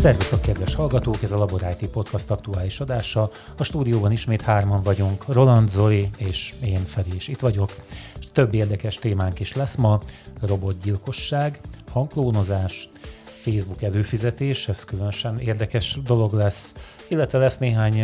Szervusztok, kedves hallgatók! Ez a Labor IT Podcast aktuális adása. A stúdióban ismét hárman vagyunk. Roland, Zoli és én, Feri is itt vagyok. Több érdekes témánk is lesz ma. Robotgyilkosság, hangklónozás, Facebook előfizetés, ez különösen érdekes dolog lesz. Illetve lesz néhány,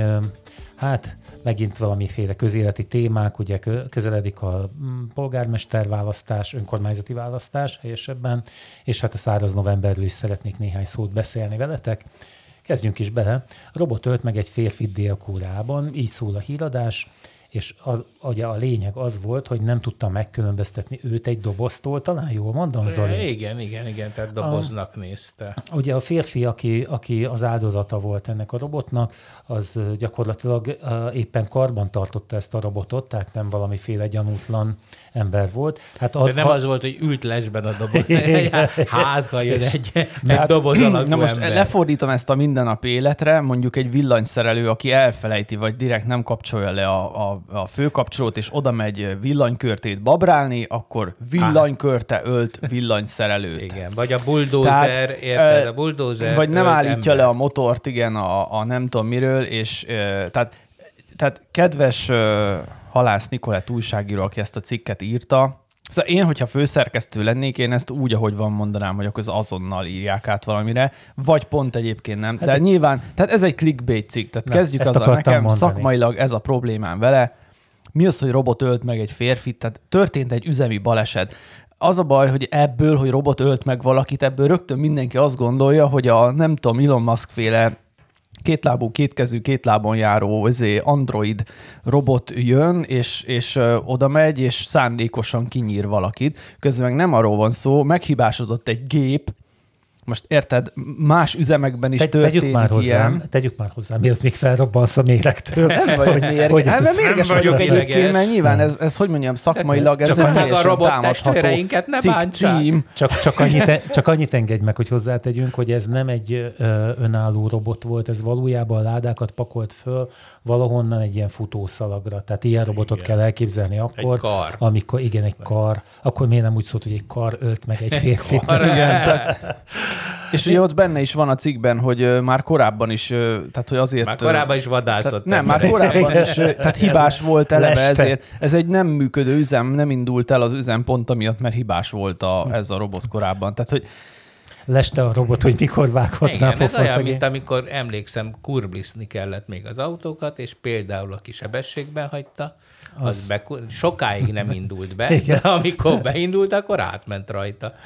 megint valamiféle közéleti témák, ugye közeledik a polgármesterválasztás, önkormányzati választás helyesebben, és hát a száraz novemberről is szeretnék néhány szót beszélni veletek. Kezdjünk is bele. A robot ölt meg egy férfit Dél-Koreában, így szól a híradás, és ugye a lényeg az volt, hogy nem tudta megkülönböztetni őt egy doboztól, talán jól mondom, Zoli? Igen, tehát doboznak nézte. Ugye a férfi, aki az áldozata volt ennek a robotnak, az gyakorlatilag éppen karban tartotta ezt a robotot, tehát nem valamiféle gyanútlan ember volt. De nem az volt, hogy ült lesben a doboz. Hát, ha jön egy doboz alakú Na most ember. lefordítom ezt a mindennapi életre, mondjuk egy villanyszerelő, aki elfelejti, vagy direkt nem kapcsolja le a főkapcsolót, és oda megy villanykörtét babrálni, akkor villanykörte ölt villanyszerelőt. Igen, vagy a buldózer, érted? A buldózer vagy nem állítja ember. le a motort, igen, a nem tudom miről, és tehát kedves Halász Nikolett újságíró, aki ezt a cikket írta, szóval én, hogyha főszerkesztő lennék, én ezt úgy, ahogy van mondanám, hogy akkor azonnal írják át valamire, vagy pont egyébként nem. De nyilván, tehát ez egy clickbait cikk, tehát kezdjük azzal, nekem mondani. Szakmailag ez a problémám vele. Mi az, hogy robot ölt meg egy férfit? Tehát történt egy üzemi baleset. Az a baj, hogy ebből, hogy robot ölt meg valakit, ebből rögtön mindenki azt gondolja, hogy a nem tudom, Elon Musk féle kétlábú, kétkezű, két lábon járó android robot jön, és oda megy, és szándékosan kinyír valakit. Közben meg nem arról van szó, meghibásodott egy gép. Most érted, más üzemekben is történik ilyen. Tegyük már hozzá, mielőtt még felrobbansz a méregtől. Nem vagy mérges. Hát mérges vagyok egyébként, mert nyilván ez hogy mondjam, szakmailag ez egy teljesen támadható cím. Csak annyit engedj meg, hogy hozzátegyünk, hogy ez nem egy önálló robot volt, ez valójában ládákat pakolt föl valahonnan egy ilyen futószalagra. Tehát ilyen robotot kell elképzelni akkor, amikor egy kar. Akkor miért nem úgy szólt, hogy egy kar ölt meg egy férfit? És ugye ott benne is van a cikkben, hogy már korábban is, tehát hogy azért... Már korábban is vadászott. Nem, már korábban is, tehát hibás volt eleve ezért. Ez egy nem működő üzem, nem indult el az üzem pont amiatt, mert hibás volt ez a robot korábban. Tehát, hogy leste a robot, hogy mikor vághatná a ez olyan, mint amikor emlékszem, kurbliszni kellett még az autókat, és például aki sebességben hagyta, az sokáig nem indult be, de amikor beindult, akkor átment rajta.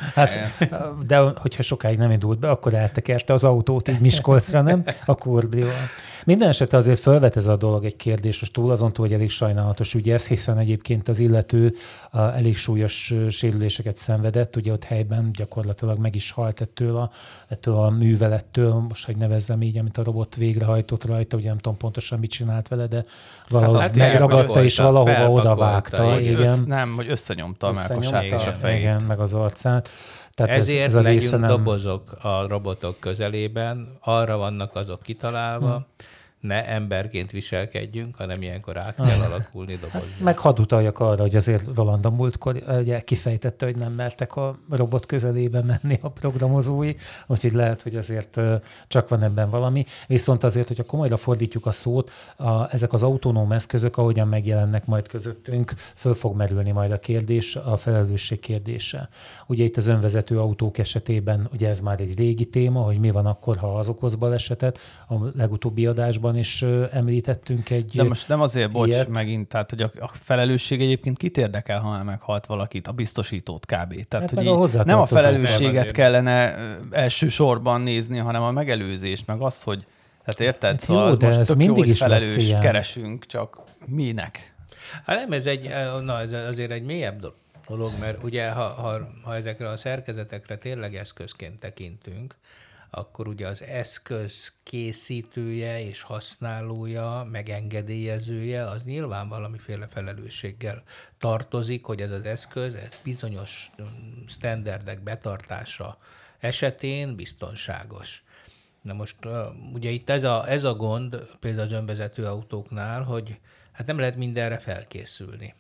De hogyha sokáig nem indult be, akkor eltekerte az autót így Miskolcra, nem? A kurblival. Minden esetre azért felvet ez a dolog egy kérdés, most túl azon túl, hogy elég sajnálatos ügy ez, hiszen egyébként az illető elég súlyos sérüléseket szenvedett, ugye ott helyben gyakorlatilag meg is halt ettől a művelettől, most hogy nevezzem így, amit a robot végrehajtott rajta, ugye nem tudom pontosan mit csinált vele, de valahogy megragadta és valahova odavágta. Nem, hogy összenyomta a mellkasát és a fejét. Igen, meg az arcát. Tehát ezért ez legyünk dobozok a robotok közelében, arra vannak azok kitalálva, ne emberként viselkedjünk, hanem ilyenkor át kell alakulni dobozba. Meg hadd utaljak arra, hogy azért Roland a múltkor ugye kifejtette, hogy nem mertek a robot közelébe menni a programozói, úgyhogy lehet, hogy azért csak van ebben valami. Viszont azért, hogyha komolyra fordítjuk a szót, ezek az autonóm eszközök, ahogyan megjelennek majd közöttünk, föl fog merülni majd a kérdés, a felelősség kérdése. Ugye itt az önvezető autók esetében, ugye ez már egy régi téma, hogy mi van akkor, ha az okoz balesetet. A legutóbbi adásban is említettünk egy de most nem azért, megint, tehát hogy a felelősség egyébként kit érdekel, ha meghalt valakit, a biztosítót kb. Tehát, hogy nem a felelősséget kellene elsősorban nézni, hanem a megelőzést, meg azt, hogy hát érted? Hát szóval jó, most ez mindig is felelős keresünk, csak minek? Hát nem, ez azért egy mélyebb dolog, mert ugye ha ezekre a szerkezetekre tényleg eszközként tekintünk, akkor ugye az eszköz készítője és használója, megengedélyezője, az nyilván valamiféle felelősséggel tartozik, hogy ez az eszköz bizonyos sztenderdek betartása esetén biztonságos. Na most ugye itt ez a gond például az önvezető autóknál, hogy hát nem lehet mindenre felkészülni.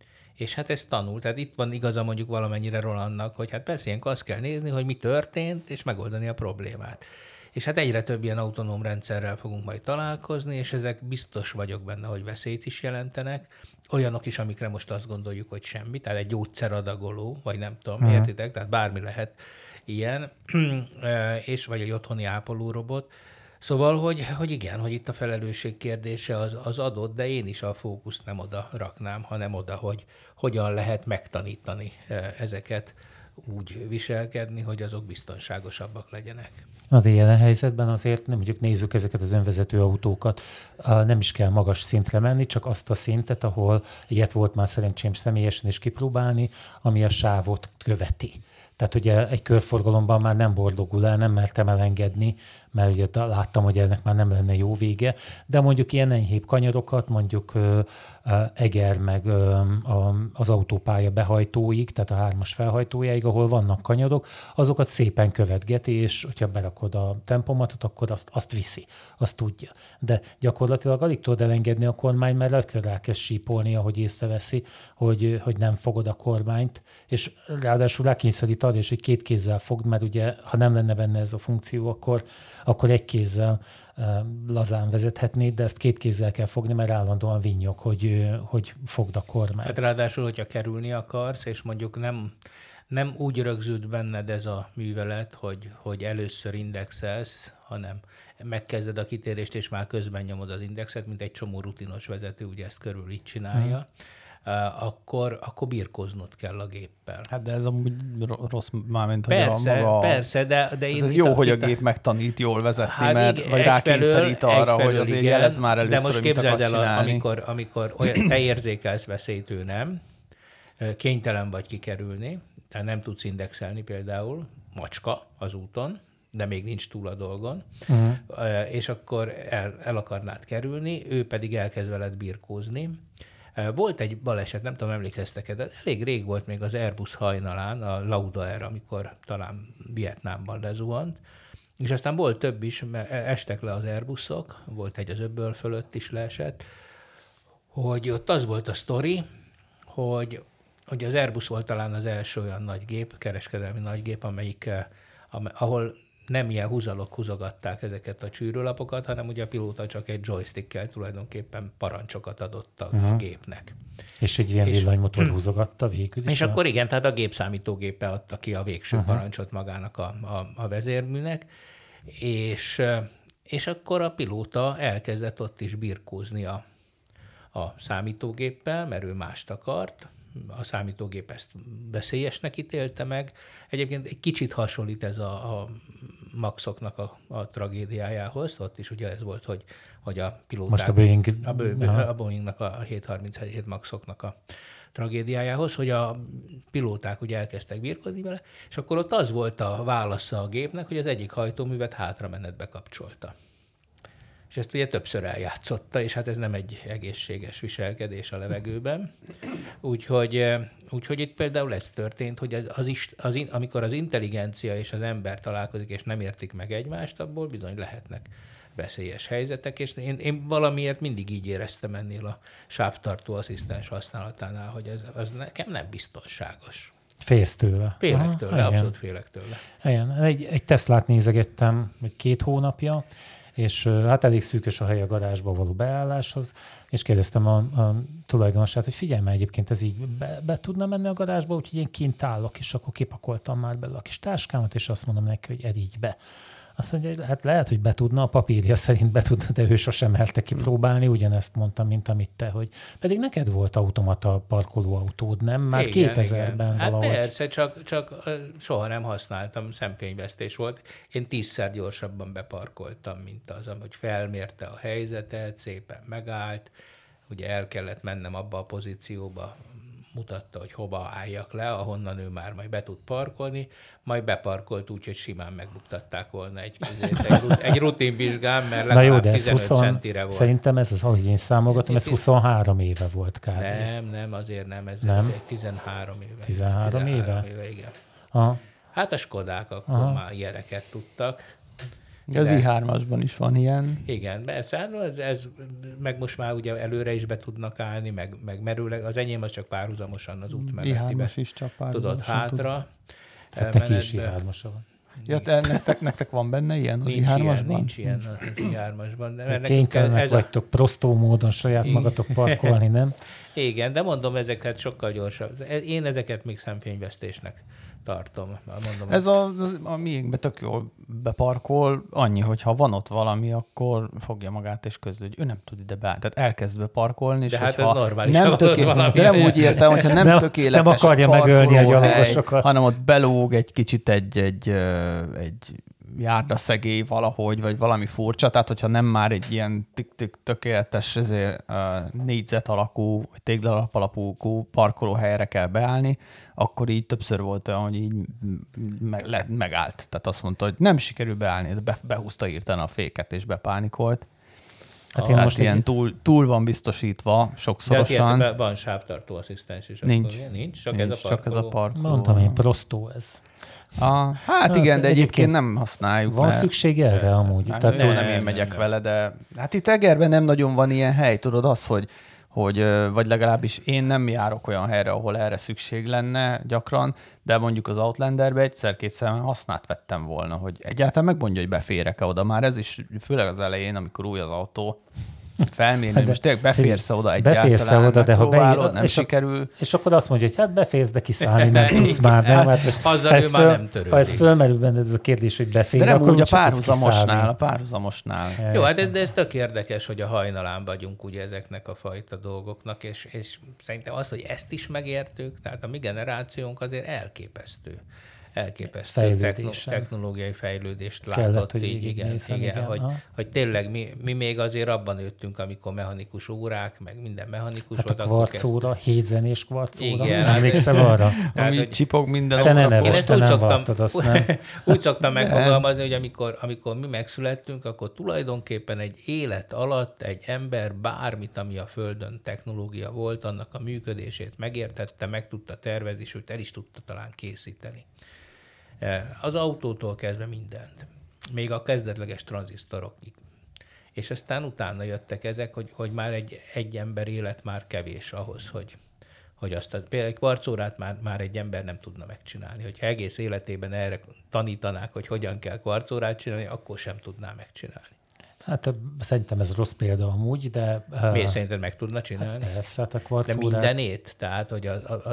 És hát ez tanul, tehát itt van igaza mondjuk valamennyire Rolandnak, hogy hát persze ilyenkor azt kell nézni, hogy mi történt, és megoldani a problémát. És hát egyre több ilyen autonóm rendszerrel fogunk majd találkozni, és ezek biztos vagyok benne, hogy veszélyt is jelentenek. Olyanok is, amikre most azt gondoljuk, hogy semmi, tehát egy gyógyszeradagoló, vagy nem tudom, értitek? Tehát bármi lehet ilyen, és vagy egy otthoni ápolórobot. Szóval, hogy igen, hogy itt a felelősség kérdése az adott, de én is a fókuszt nem oda raknám, hanem oda, hogy hogyan lehet megtanítani ezeket úgy viselkedni, hogy azok biztonságosabbak legyenek. A jelen helyzetben azért, nem mondjuk nézzük ezeket az önvezető autókat, nem is kell magas szintre menni, csak azt a szintet, ahol ilyet volt már szerencsém személyesen is kipróbálni, ami a sávot követi. Tehát ugye egy körforgalomban már nem bordogul el, nem mertem elengedni, mert ugye láttam, hogy ennek már nem lenne jó vége, de mondjuk ilyen enyhébb kanyarokat, mondjuk Eger meg az autópálya behajtóig, tehát a 3-as felhajtójáig, ahol vannak kanyarok, azokat szépen követgeti, és hogyha berakod a tempomatot, akkor azt viszi, azt tudja. De gyakorlatilag alig tudod elengedni a kormány, mert rögtön elkezd sípolni, ahogy észreveszi, hogy nem fogod a kormányt, és ráadásul rákényszerít arra is, hogy 2 kézzel fogd, mert ugye, ha nem lenne benne ez a funkció, akkor egy kézzel lazán vezethetnéd, de ezt 2 kézzel kell fogni, mert állandóan vinnyog, hogy fogd a kormányt. Hát ráadásul, hogyha kerülni akarsz, és mondjuk nem úgy rögzült benned ez a művelet, hogy először indexelsz, hanem megkezded a kitérést, és már közben nyomod az indexet, mint egy csomó rutinos vezető, ugye ezt körül így csinálja, akkor birkóznod kell a géppel. Hát de ez amúgy rossz, mármint persze, maga... Persze, de én... Ez jó, hogy a gép megtanít jól vezetni, hát mert vagy rákényszerít arra, hogy azért igen, jelez már először, de most hogy mit akarsz csinálni. amikor olyan, te érzékelsz veszélyt, ő nem, kénytelen vagy kikerülni, tehát nem tudsz indexelni például, macska az úton, de még nincs túl a dolgon, és akkor el akarnád kerülni, ő pedig elkezd veled birkózni. Volt egy baleset, nem tudom, emlékeztek-e, de elég rég volt még az Airbus hajnalán, a Lauda Air, amikor talán Vietnámban lezuhant, és aztán volt több is, mert estek le az Airbusok, volt egy az öböl fölött is leesett, hogy ott az volt a sztori, hogy az Airbus volt talán az első olyan nagy gép, kereskedelmi nagy gép, ahol nem ilyen húzogatták ezeket a csűrőlapokat, hanem ugye a pilóta csak egy joystickkel tulajdonképpen parancsokat adott a gépnek. És egy ilyen villanymotor húzogatta végül is? És akkor igen, tehát a gépszámítógépe adta ki a végső parancsot magának a vezérműnek, és akkor a pilóta elkezdett ott is birkózni a számítógéppel, mert ő mást akart. A számítógép ezt veszélyesnek ítélte meg. Egyébként egy kicsit hasonlít ez a Maxoknak a tragédiájához. Ott is ugye ez volt, hogy a pilóták... Most a Boeingnak a 737 Maxoknak a tragédiájához, hogy a pilóták ugye elkezdtek birkózni vele, és akkor ott az volt a válasza a gépnek, hogy az egyik hajtóművet hátramenetbe kapcsolta. És ezt ugye többször eljátszotta, és hát ez nem egy egészséges viselkedés a levegőben. Úgyhogy itt például ez történt, hogy amikor az intelligencia és az ember találkozik, és nem értik meg egymást, abból bizony lehetnek veszélyes helyzetek, és én valamiért mindig így éreztem ennél a sávtartó asszisztens használatánál, hogy ez nekem nem biztonságos. Félsz tőle. Félek tőle, abszolút félek tőle. Igen. Egy Teslát nézegettem 2 hónapja, és hát elég szűkös a hely a garázsba való beálláshoz, és kérdeztem a tulajdonosát, hogy figyelj már, egyébként ez így be tudna menni a garázsba, úgyhogy én kint állok, és akkor kipakoltam már belőle a kis táskámat, és azt mondom neki, hogy így be. Azt mondja, hát lehet, hogy be tudna, a papírja szerint be tudna, de ő sosem melte kipróbálni, ugyanezt mondtam, mint amit te, hogy pedig neked volt automata parkolóautód, nem? Már igen, 2000-ben hát valahogy. Persze, csak soha nem használtam, szemfényvesztés volt. Én 10-szer gyorsabban beparkoltam, mint az, hogy felmérte a helyzetet, szépen megállt, ugye el kellett mennem abba a pozícióba, mutatta, hogy hova álljak le, ahonnan ő már majd be tud parkolni, majd beparkolt úgy, hogy simán megbuktatták volna egy rutinvizsgán, mert legalább 15 centire volt. Szerintem ez az, ahogy én számolgatom, ez 23 éve volt kb. Nem, azért nem, ez egy 13 éve. 13 éve? Igen. Aha. Hát a Skodák akkor már ilyeneket tudtak. Az i3-asban is van ilyen. Igen, persze, ez meg most már ugye előre is be tudnak állni, meg merőleg, az enyém az csak párhuzamosan az út mellettibe. i3-as is csak párhuzamosan tudod hátra. Hát neki is i3-asa van. Ja, nektek van benne ilyen az Nincs i3-asban? Nincs ilyen az i3-asban. Kénytelenek vagytok prostó módon saját magatok parkolni, nem? Igen, de mondom, ezeket sokkal gyorsabb. Én ezeket még szemfényvesztésnek tartom. Mondom, Ez a miénkbe tök jól beparkol, annyi, hogy ha van ott valami, akkor fogja magát és közül, hogy ő nem tud ide beállni. Tehát elkezd beparkolni, és de hát hogyha ez normális. nem tökéletes, de nem úgy értem, hogyha nem tökéletes nem akarja megölni a gyalogosokat, hanem ott belóg egy kicsit egy járdaszegély valahogy, vagy valami furcsa, tehát hogyha nem már egy ilyen tökéletes négyzet alakú, vagy téglalap alapú parkolóhelyre kell beállni, akkor így többször volt olyan, hogy így megállt. Tehát azt mondta, hogy nem sikerül beállni, de behúzta írtani a féket, és bepánikolt. Hát én most ilyen túl van biztosítva sokszorosan. De van sávtartó asszisztens is. Nincs. Nincs, csak ez a parkoló. Mondtam én, prostó ez. Hát igen, de egyébként nem használjuk. Van szükség erre amúgy? Tehát nem én megyek vele, de hát itt Egerben nem nagyon van ilyen hely, tudod az, hogy vagy legalábbis én nem járok olyan helyre, ahol erre szükség lenne gyakran, de mondjuk az Outlanderbe egyszer-kétszer hasznát vettem volna, hogy egyáltalán megmondja, hogy beférek-e oda. Már ez is, főleg az elején, amikor új az autó, felmérni, hogy most tényleg beférsz-e oda egyáltalán, beférsz-e oda, de ha nem sikerül. És akkor azt mondja, hogy hát beférsz, de kiszállni nem tudsz már. Nem? Hát, azzal ő már nem törődik. Ha ez fölmerül benned ez a kérdés, hogy befér, de nem akkor úgy a párhuzamosnál. Jó, hát de ez tök érdekes, hogy a hajnalán vagyunk ugye ezeknek a fajta dolgoknak, és szerintem az, hogy ezt is megértük, tehát a mi generációnk azért elképesztő technológiai fejlődést látott. Hogy így, igen, hogy tényleg mi még azért abban nőttünk, amikor mechanikus órák, meg minden mechanikus hát a kvarcóra, 7 zenés kvarcóra, emlékszem arra. Ami csipog minden te nem vartad azt, nem? Úgy szoktam megfogalmazni, hogy amikor mi megszülettünk, akkor tulajdonképpen egy élet alatt egy ember bármit, ami a Földön technológia volt, annak a működését megértette, meg tudta tervezni, sőt el is tudta talán készíteni. Az autótól kezdve mindent. Még a kezdetleges tranzisztorokig. És aztán utána jöttek ezek, hogy már egy ember élet már kevés ahhoz, hogy azt például egy kvarcórát már egy ember nem tudna megcsinálni. Hogyha egész életében erre tanítanák, hogy hogyan kell kvarcórát csinálni, akkor sem tudná megcsinálni. Hát szerintem ez rossz példa amúgy, de... Miért szerinted meg tudna csinálni? Hát persze, hát a kvarcórát... De mindenét? Tehát, hogy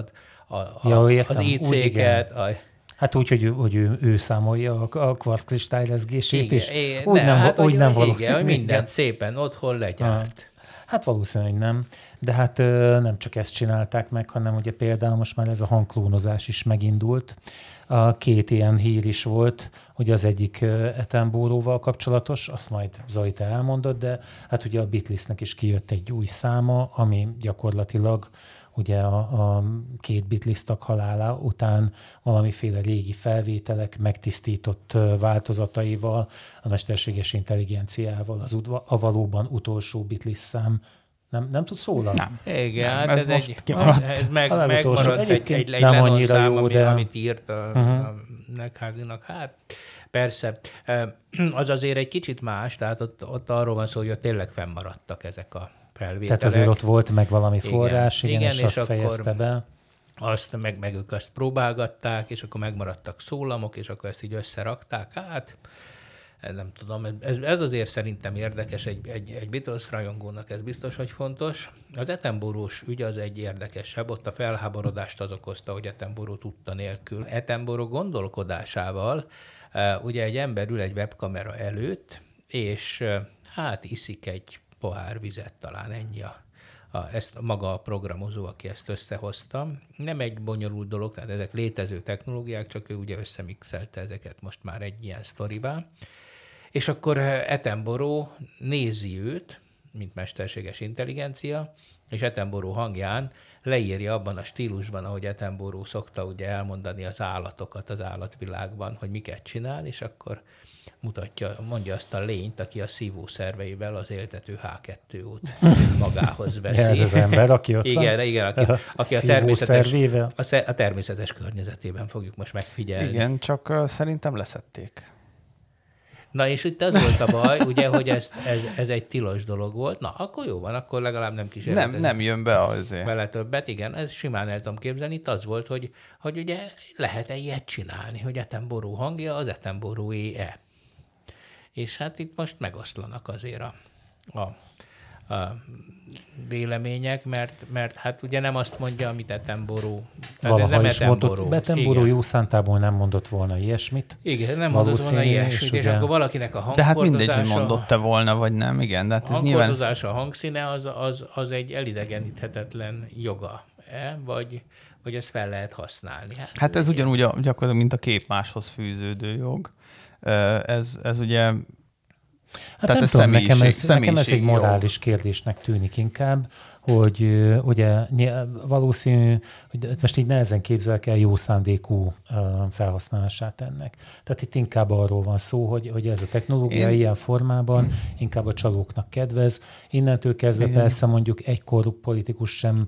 az IC-ket... Hát úgy, hogy ő számolja a kvarckristály lezgését, és úgy nem valószínű. Hogy mindent szépen otthon legyárt. Hát valószínűleg nem. De hát nem csak ezt csinálták meg, hanem ugye például most már ez a hangklónozás is megindult. Két ilyen hír is volt, hogy az egyik Attenborough-val kapcsolatos, azt majd Zoli te elmondod, de hát ugye a Beatlesnek is kijött egy új száma, ami gyakorlatilag ugye a két Beatles tag halála után valamiféle régi felvételek megtisztított változataival, a mesterséges intelligenciával, a valóban utolsó Beatles szám. Nem tudsz róla? Nem. Igen, nem, hát ez most kimaradt. Ez megmaradt egy Lennon szám, amit írt a Hardynak. Hát persze, az azért egy kicsit más, tehát ott arról van szó, hogy ott tényleg fennmaradtak ezek a felvételek. Tehát azért ott volt meg valami forrás, igen, és azt fejezte be. Azt meg ők azt próbálgatták, és akkor megmaradtak szólamok, és akkor ezt így összerakták. Hát nem tudom, ez azért szerintem érdekes, egy Beatles rajongónak ez biztos, hogy fontos. Az Attenborough-s ügy az egy érdekesebb, ott a felháborodást az okozta, hogy Attenborough tudta nélkül. Attenborough gondolkodásával ugye egy ember ül egy webkamera előtt, és hát iszik egy pohár vizet, talán ennyi ezt maga a programozó, aki ezt összehozta. Nem egy bonyolult dolog, tehát ezek létező technológiák, csak ő ugye összemixelte ezeket most már egy ilyen sztorivá. És akkor Attenborough nézi őt, mint mesterséges intelligencia, és Attenborough hangján leírja abban a stílusban, ahogy Attenborough szokta ugye elmondani az állatokat az állatvilágban, hogy miket csinál, és akkor mondja azt a lényt, aki a szívószerveivel az éltető H2-ót magához veszi. Ez az ember, aki ott igen, van? aki a természetes környezetében fogjuk most megfigyelni. Igen, csak szerintem leszették. Na és itt az volt a baj, ugye, hogy ez egy tilos dolog volt. Na, akkor jó van, akkor legalább nem kísérletezik. Nem jön be azért. Vele többet, igen, ez simán el tudom képzelni. Itt az volt, hogy ugye lehet-e ilyet csinálni, hogy Attenborough hangja az Attenborough-é-e. És hát itt most megoszlanak azért a vélemények, mert hát ugye nem azt mondja, amit Attenborough. Valaha is mondott, Attenborough jó szántából nem mondott volna ilyesmit. Igen, nem mondott volna ilyesmit, és akkor valakinek a de hát hangfordozása... mindegy, hogy mondott-e volna, vagy nem, igen. De hát ez hangfordozása, a hangszíne az egy elidegeníthetetlen joga, vagy ezt fel lehet használni. Hát ez ugyanúgy gyakorlatilag, mint a képmáshoz fűződő jog. Ez ugye... Hát tehát nem tudom, nekem ez egy morális kérdésnek tűnik inkább, hogy ugye valószínű, hogy most így nehezen képzelek el jó szándékú felhasználását ennek. Tehát itt inkább arról van szó, hogy ez a technológia ilyen formában inkább a csalóknak kedvez. Innentől kezdve persze mondjuk egy korrupt politikus sem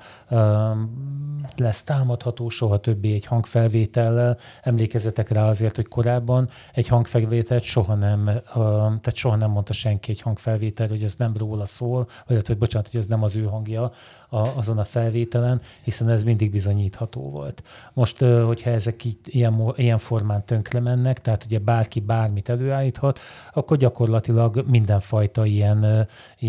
lesz támadható soha többé egy hangfelvétellel. Emlékezzetek rá azért, hogy korábban egy hangfelvételt soha nem mondta senki egy hangfelvétel, hogy ez nem róla szól, vagy bocsánat, hogy ez nem az ő hangja azon a felvételen, hiszen ez mindig bizonyítható volt. Most, hogyha ezek így ilyen formán tönkre mennek, tehát ugye bárki bármit előállíthat, akkor gyakorlatilag mindenfajta ilyen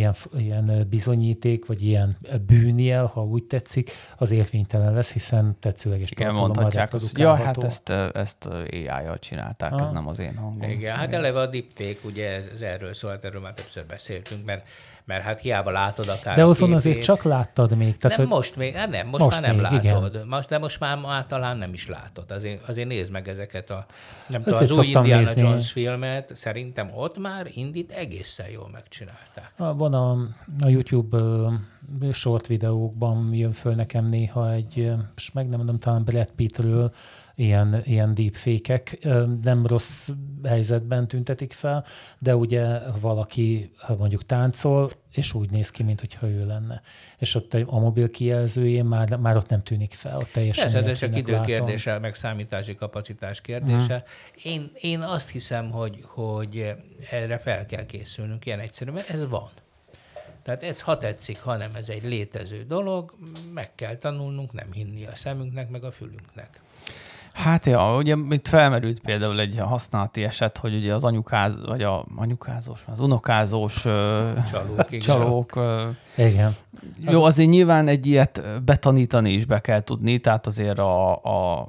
bizonyíték, vagy ilyen bűnjel, ha úgy tetszik, az érvénytelen lesz, hiszen tetszőleges tartalommal reprodukálható. Ja, hát ezt AI-jal csinálták, ez nem az én hangom. Igen, hát eleve a deepfake, ugye ez erről szólt, erről már többször beszéltünk, mert hát hiába látod akár... De azon azért csak láttad még. Tehát nem, most még, most már nem még, látod. De most már talán nem is látod. Azért nézd meg ezeket az új Indiana Jones filmet, szerintem ott már Indit egészen jól megcsinálták. Van a YouTube short videókban jön föl nekem néha és meg nem mondom, talán Brad Pittről ilyen deepfake-ek nem rossz helyzetben tüntetik fel, de ugye valaki mondjuk táncol, és úgy néz ki, mintha ő lenne. És ott a mobil kijelzőjén már ott nem tűnik fel. Ott teljesen persze, ez csak időkérdése, meg számítási kapacitás kérdése. Én azt hiszem, hogy erre fel kell készülnünk, ilyen egyszerű, mert ez van. Tehát ez, ha tetszik, hanem ez egy létező dolog, meg kell tanulnunk, nem hinni a szemünknek, meg a fülünknek. Hát ja, ugye itt felmerült például egy használati eset, hogy ugye az az unokázós csalók. Igen. Jó, azért nyilván egy ilyet betanítani is be kell tudni, tehát azért a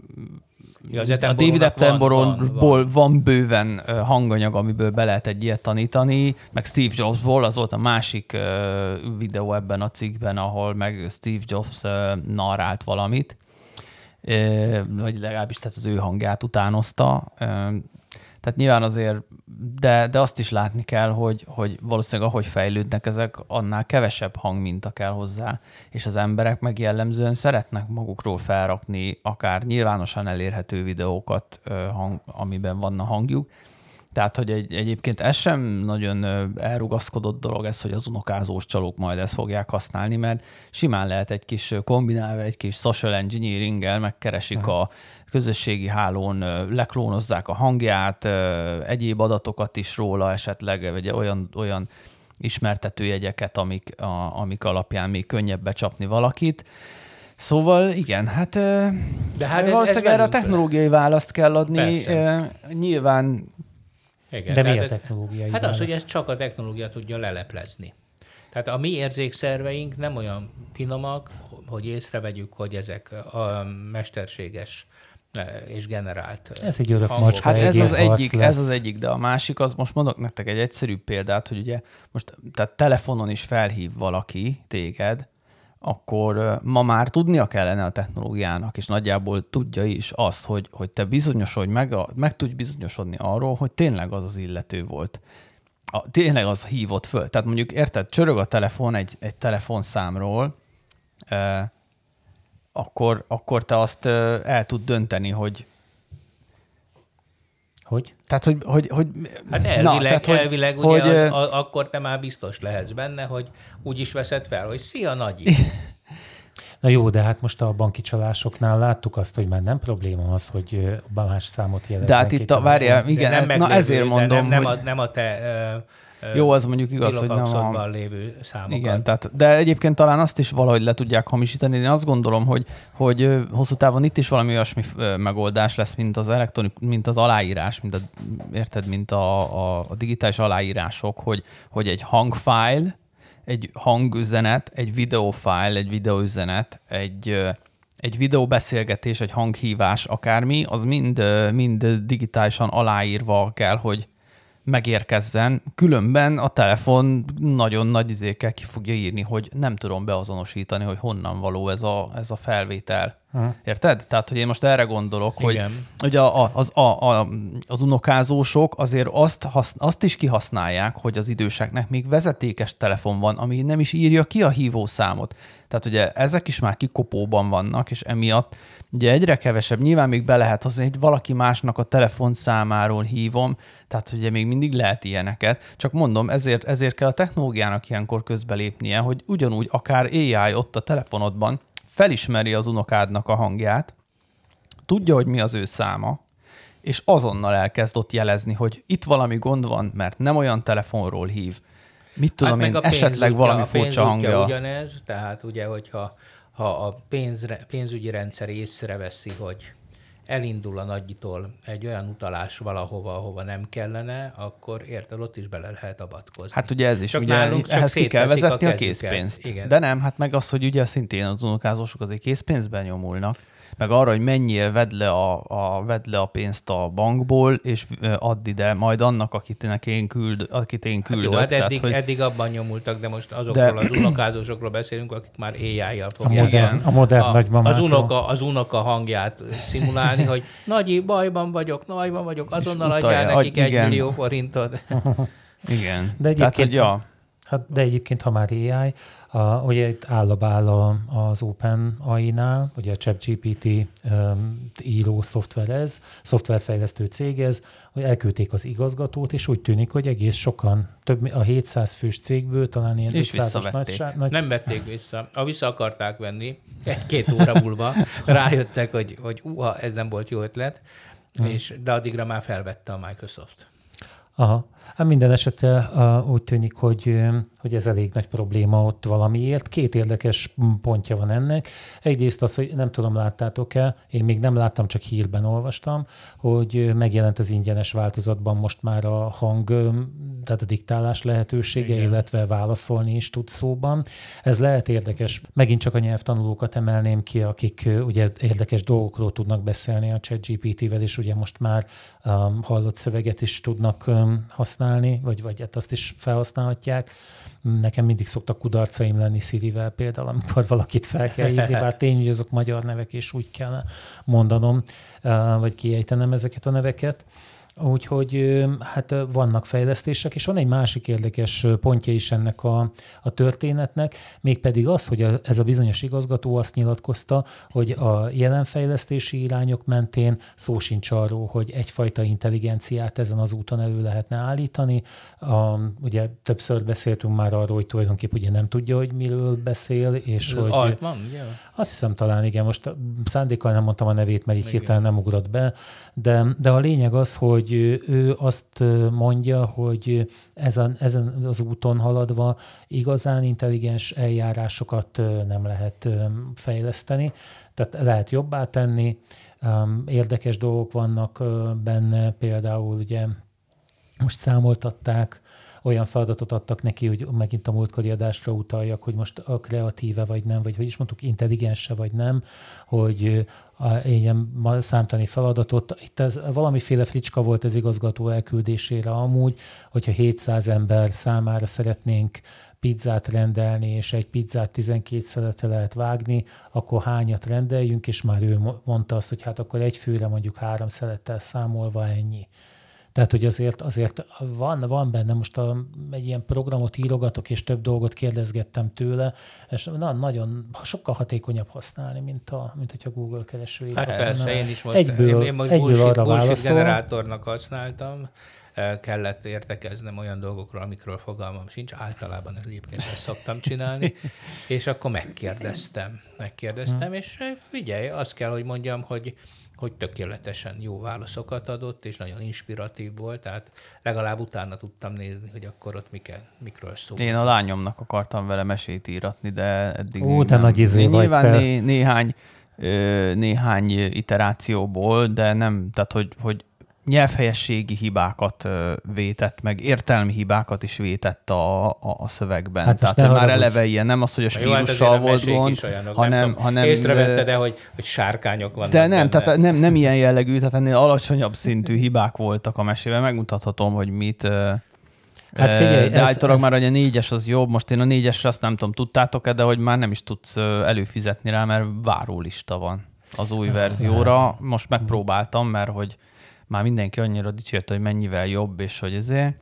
David Attenborough-ból van bőven hanganyag, amiből be lehet egy ilyet tanítani, meg Steve Jobsból, az volt a másik videó ebben a cikkben, ahol meg Steve Jobs narrált valamit, vagy legalábbis tehát az ő hangját utánozta. Tehát nyilván azért, de azt is látni kell, hogy valószínűleg ahogy fejlődnek ezek, annál kevesebb hangminta kell hozzá, és az emberek meg jellemzően szeretnek magukról felrakni akár nyilvánosan elérhető videókat, amiben van a hangjuk. Tehát, hogy egyébként ez sem nagyon elrugaszkodott dolog ez, hogy az unokázós csalók majd ezt fogják használni, mert simán lehet egy kis kombinálva, egy kis social engineering-gel megkeresik a közösségi hálón, leklónozzák a hangját, egyéb adatokat is róla esetleg, vagy olyan ismertetőjegyeket, amik alapján még könnyebb becsapni valakit. Szóval igen, hát valószínűleg erre a technológiai választ kell adni. Nyilván igen, de mi a technológiai válasz? Az, hogy ezt csak a technológia tudja leleplezni. Tehát a mi érzékszerveink nem olyan finomak, hogy észrevegyük, hogy ezek a mesterséges és generált ez egy örök macska. Hát ez az egyik, de a másik, az most mondok nektek egy egyszerű példát, hogy ugye most tehát telefonon is felhív valaki téged, akkor ma már tudnia kellene a technológiának, és nagyjából tudja is azt, hogy te bizonyosodj meg tudj bizonyosodni arról, hogy tényleg az illető volt. Tényleg az hívott föl. Tehát mondjuk, érted, csörög a telefon egy telefonszámról, akkor te azt el tud dönteni, hogy... Hogy? Tehát, hogy hát elvileg ugye akkor te már biztos lehetsz benne, hogy úgy is veszed fel, hogy szia, Nagyi. Na jó, de hát most a banki csalásoknál láttuk azt, hogy már nem probléma az, hogy más számot jelezzen. De hát itt várjál, igen, ezért mondom, hogy... Nem a te jó, az mondjuk igaz, hogy nem a lévő számokat. Igen, tehát, de egyébként talán azt is valahogy le tudják hamisítani. Én azt gondolom, hogy hosszú távon itt is valami olyasmi megoldás lesz, mint az aláírás, mint a digitális aláírások, hogy egy hangfájl, egy hangüzenet, egy videófájl, egy videóüzenet, egy videóbeszélgetés, egy hanghívás, akármi, az mind digitálisan aláírva kell, hogy megérkezzen, különben a telefon nagyon nagy izékkel ki fogja írni, hogy nem tudom beazonosítani, hogy honnan való ez a felvétel. Érted? Tehát, hogy én most erre gondolok, hogy az unokázósok azért azt is kihasználják, hogy az időseknek még vezetékes telefon van, ami nem is írja ki a hívószámot. Tehát ugye ezek is már kikopóban vannak, és emiatt ugye egyre kevesebb, nyilván még be lehet hozni, hogy valaki másnak a telefonszámáról hívom, tehát ugye még mindig lehet ilyeneket. Csak mondom, ezért kell a technológiának ilyenkor közbelépnie, hogy ugyanúgy akár AI ott a telefonodban felismeri az unokádnak a hangját, tudja, hogy mi az ő száma, és azonnal elkezd ott jelezni, hogy itt valami gond van, mert nem olyan telefonról hív. Mit tudom én, esetleg valami furcsa hangja. Ugyanez, tehát ugye, hogyha a pénzügyi rendszer észreveszi, hogy elindul a nagyitól egy olyan utalás valahova, ahova nem kellene, akkor érted, ott is bele lehet avatkozni. Hát ugye ez is, ugye ehhez ki kell vezetni a készpénzt. Igen. De nem, hát meg az, hogy ugye szintén az unokázósok azért készpénzben nyomulnak, meg arra, hogy mennyire vedd le a pénzt a bankból, és add ide majd annak, akit én küldök. Hát jó, hát eddig abban nyomultak, de most azokról az unokázósokról beszélünk, akik már AI-jal fogják a modern nagymamákról. Az unoka hangját szimulálni, hogy nagyi, bajban vagyok, azonnal adjál nekik 1 millió forintot. Igen. De egyébként, de egyébként, ha már AI, ugye itt áll az OpenAI-nál, ugye a ChatGPT író szoftverfejlesztő cég ez, hogy elküldték az igazgatót, és úgy tűnik, hogy egész sokan, a 700 fős cégből talán ilyen 500-as nagy... Nem vették vissza. Vissza akarták venni, 1-2 óra múlva rájöttek, hogy ez nem volt jó ötlet, de addigra már felvette a Microsoft. Aha. Hát minden esetre úgy tűnik, hogy ez elég nagy probléma ott valamiért. 2 érdekes pontja van ennek. Egyrészt az, hogy nem tudom, láttátok-e, én még nem láttam, csak hírben olvastam, hogy megjelent az ingyenes változatban most már a hang, tehát a diktálás lehetősége, igen, illetve válaszolni is tud szóban. Ez lehet érdekes. Megint csak a nyelvtanulókat emelném ki, akik ugye érdekes dolgokról tudnak beszélni a ChatGPT-vel, és ugye most már hallott szöveget is tudnak használni, vagy hát azt is felhasználhatják. Nekem mindig szoktak kudarcaim lenni Sirivel például, amikor valakit fel kell hívni, bár tény, hogy azok magyar nevek, és úgy kell mondanom, vagy kiejtenem ezeket a neveket. Úgyhogy hát vannak fejlesztések, és van egy másik érdekes pontja is ennek a történetnek, mégpedig az, hogy ez a bizonyos igazgató azt nyilatkozta, hogy a jelen fejlesztési irányok mentén szó sincs arról, hogy egyfajta intelligenciát ezen az úton elő lehetne állítani. Ugye többször beszéltünk már arról, hogy tulajdonképpen ugye nem tudja, hogy miről beszél, és hogy... Altman, ugye? Azt hiszem talán, igen, most szándékkal nem mondtam a nevét, mert így hirtelen nem ugrott be, de a lényeg az, hogy ő azt mondja, hogy ezen az úton haladva igazán intelligens eljárásokat nem lehet fejleszteni, tehát lehet jobbá tenni, érdekes dolgok vannak benne, például ugye most számoltatták, olyan feladatot adtak neki, hogy megint a múltkori adásra utaljak, hogy most a kreatíve vagy nem, vagy hogy is mondtuk, intelligense vagy nem, hogy ilyen számtani feladatot. Itt ez valamiféle fricska volt az igazgató elküldésére amúgy, hogyha 700 ember számára szeretnénk pizzát rendelni, és egy pizzát 12 szeletre lehet vágni, akkor hányat rendeljünk, és már ő mondta azt, hogy hát akkor egy főre mondjuk 3 szelettel számolva ennyi. Tehát, hogy azért van benne, most egy ilyen programot írogatok, és több dolgot kérdezgettem tőle, és nagyon sokkal hatékonyabb használni, mint hogyha Google keresőjét használom. Hát persze, én is most egyből arra bullshit generátornak használtam, kellett értekeznem olyan dolgokról, amikről fogalmam sincs. Általában ez egyébként ezt szoktam csinálni. És akkor megkérdeztem, és figyelj, azt kell, hogy mondjam, hogy tökéletesen jó válaszokat adott, és nagyon inspiratív volt, tehát legalább utána tudtam nézni, hogy akkor ott mikről szól. Én a lányomnak akartam vele mesét íratni, de eddig te nagy izé vagy nyilván te. néhány iterációból, de nem, tehát hogy nyelvhelyességi hibákat vétett, meg értelmi hibákat is vétett a szövegben. Hát tehát, hogy már eleve ilyen, nem az, hogy a stílussal volt gond, hanem... Észrevetted-e, hogy sárkányok vannak de nem, benne? tehát nem ilyen jellegű, tehát ennél alacsonyabb szintű hibák voltak a mesében. Megmutathatom, hogy mit... Hát figyelj, de állítólag már, hogy a 4-es az jobb. Most én a 4-esre azt nem tudom, tudtátok-e, de hogy már nem is tudsz előfizetni rá, mert várólista van az új verzióra. Most megpróbáltam, mert hogy már mindenki annyira dicsérte, hogy mennyivel jobb, és hogy ezért.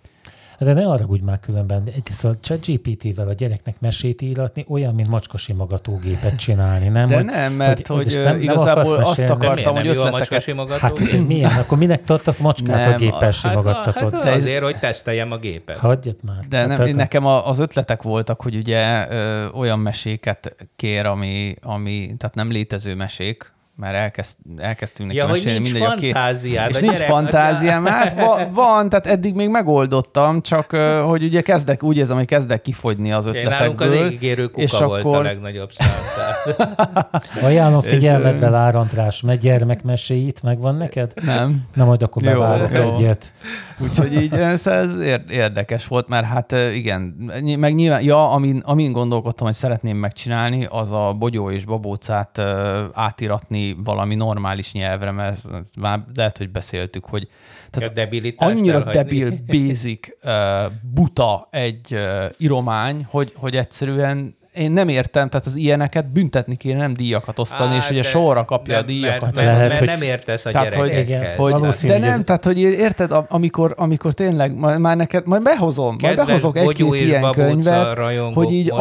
De ne haragudj már különben. Szóval ChatGPT-vel a gyereknek mesét íratni olyan, mint macskasimogatógépet csinálni, nem? De nem, mert hogy nem igazából azt akartam, hogy ötleteket... Hát ez milyen? Akkor minek tartasz macskát a géppel simogattatod? Hát azért, hogy teszteljem a gépet. Hagyjad már. De nem, nekem az ötletek voltak, hogy ugye olyan meséket kér, ami tehát nem létező mesék, már elkezdtünk neki mesélni. Hogy nincs fantáziád. És nincs fantáziám, hát van, tehát eddig még megoldottam, csak hogy ugye úgy érzem, hogy kezdek kifogyni az ötletekből. Nálunk az égigérő kuka volt a legnagyobb szám. Ajánlom figyelmetbe Lár András, mert gyermekmeséit megvan neked? Nem. Na majd akkor bevárok egyet. Úgyhogy így ez érdekes volt, mert hát igen, meg nyilván, amin gondolkodtam, hogy szeretném megcsinálni, az a Bogyó és Babócát átiratni valami normális nyelvre, mert ezt már lehet, hogy beszéltük, hogy annyira debil, basic, buta egy íromány, hogy egyszerűen én nem értem, tehát az ilyeneket büntetni kéne, nem díjakat osztani, és ugye sorra kapja a díjakat. Mert nem értesz a gyerekekhez. De nem, tehát hogy érted, amikor tényleg, már neked, majd behozok egy-két ilyen könyvet, hogy így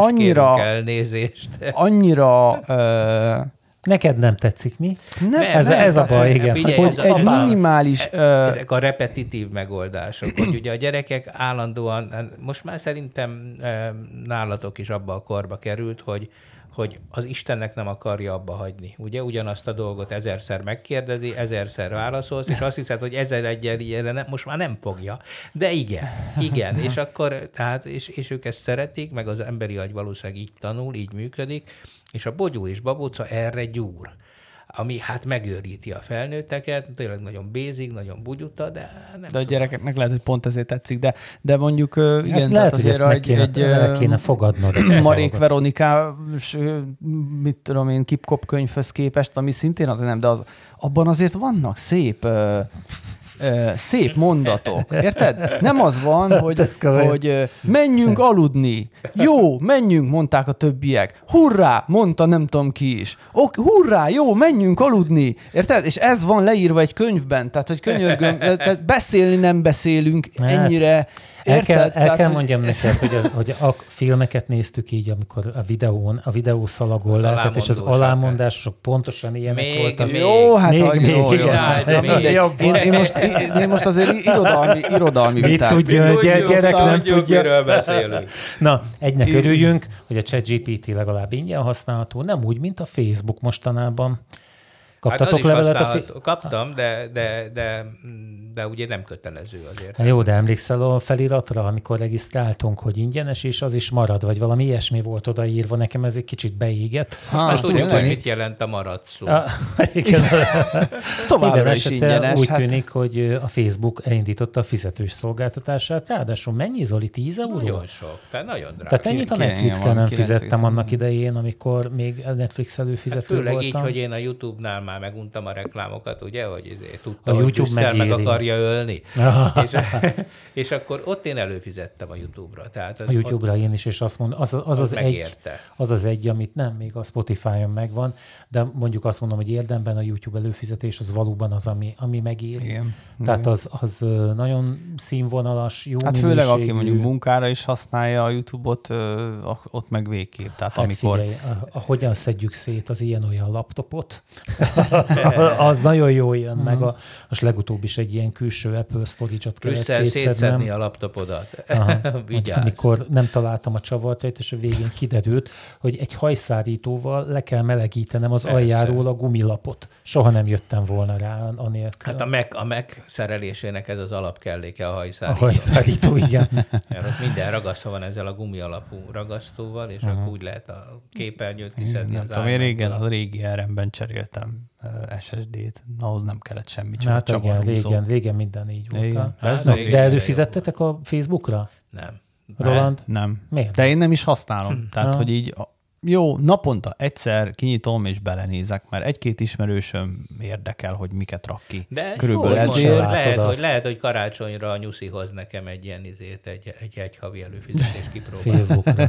annyira neked nem tetszik, mi? Nem, ez a baj, igen. Figyelj, hogy egy minimális... Ezek a repetitív megoldások, hogy ugye a gyerekek állandóan, most már szerintem nálatok is abba a korba került, hogy az Istennek nem akarja abba hagyni. Ugye ugyanazt a dolgot 1000-szer megkérdezi, 1000-szer válaszolsz, és azt hiszed, hogy 1001 most már nem fogja. De igen. És akkor, tehát, és ők ezt szeretik, meg az emberi agy valószínűleg így tanul, így működik, és a Bogyó és Babóca erre gyúr, ami hát megőríti a felnőtteket, tényleg nagyon basic, nagyon bugyuta, de nem de a gyerekeknek lehet, hogy pont ezért tetszik, de mondjuk igen, hát lehet, hogy ezt kéne fogadnod. Marék Veronikás, mit tudom én, Kip-Kop könyvhöz képest, ami szintén azért nem, de abban azért vannak szép mondatok, érted? Nem az van, hogy menjünk aludni. Jó, menjünk, mondták a többiek. Hurrá, mondta nem tudom ki is. Hurrá, jó, menjünk aludni. Érted? És ez van leírva egy könyvben, tehát hogy könyörgöm, tehát beszélni nem beszélünk ennyire. El kell mondjam neked, hogy a filmeket néztük így, amikor a videószalagon lehetett, és az alámondások pontosan ilyenek voltak. Jó, hát én most azért irodalmi vitát. Mit tudja, gyerek nem tudja. Miről beszélünk. Na, egynek örüljünk, hogy a ChatGPT legalább ingyen használható, nem úgy, mint a Facebook mostanában. Kaptatok levelet? Kaptam, de ugye nem kötelező azért. Jó, de emlékszel a feliratra, amikor regisztráltunk, hogy ingyenes, és az is marad, vagy valami ilyesmi volt odaírva, nekem ez egy kicsit beégett. Most tudjuk, hogy mit jelent a marad szó. Továbbra is ingyenes. Úgy tűnik, hogy a Facebook elindította a fizetős szolgáltatását. Ráadásul mennyi, Zoli? 10 euró? Nagyon sok, tehát nagyon drága. Tehát ennyit a Netflixen nem fizettem annak idején, amikor még Netflix előfizető voltam. Főleg így, hogy én a YouTube-nál már meguntam a reklámokat, ugye, hogy tudta, a hogy YouTube Brüsszel meg akarja ölni. és akkor ott én előfizettem a YouTube-ra. Tehát a YouTube-ra én is, és azt mondom, az az egy, amit nem, még a Spotify-on megvan, de mondjuk azt mondom, hogy érdemben a YouTube előfizetés az valóban az, ami megéri. Igen. Tehát az nagyon színvonalas, jó hát minőségű. főleg, aki mondjuk munkára is használja a YouTube-ot, ott meg végképp. Tehát hát amikor... figyelj, hogyan szedjük szét az ilyen-olyan laptopot, az nagyon jól jön, meg most legutóbb is egy ilyen külső Apple storage-ot kellett szétszedni a laptopodat. Amikor nem találtam a csavartajt, és a végén kiderült, hogy egy hajszárítóval le kell melegítenem az aljáról a gumilapot. Soha nem jöttem volna rá anélkül. Hát a Mac szerelésének ez az alapkelléke a hajszárító. A hajszárító, igen. Mert ott minden ragasztva van ezzel a gumi alapú ragasztóval, és akkor úgy lehet a képernyőt kiszedni az tudom, én régen a régi RM-ben cseréltem SSD-t, ahhoz nem kellett semmit, csak hát igen, régen minden így volt. De előfizettetek a Facebookra? Nem. Roland? Nem. Miért? De én nem is használom. Tehát, hogy így jó, naponta egyszer kinyitom és belenézek, mert egy-két ismerősöm érdekel, hogy miket rak ki. De körülbelül ezért lehet, hogy karácsonyra a Nyuszi hoz nekem egy ilyen egy havi előfizetés kipróbálni. Facebookra.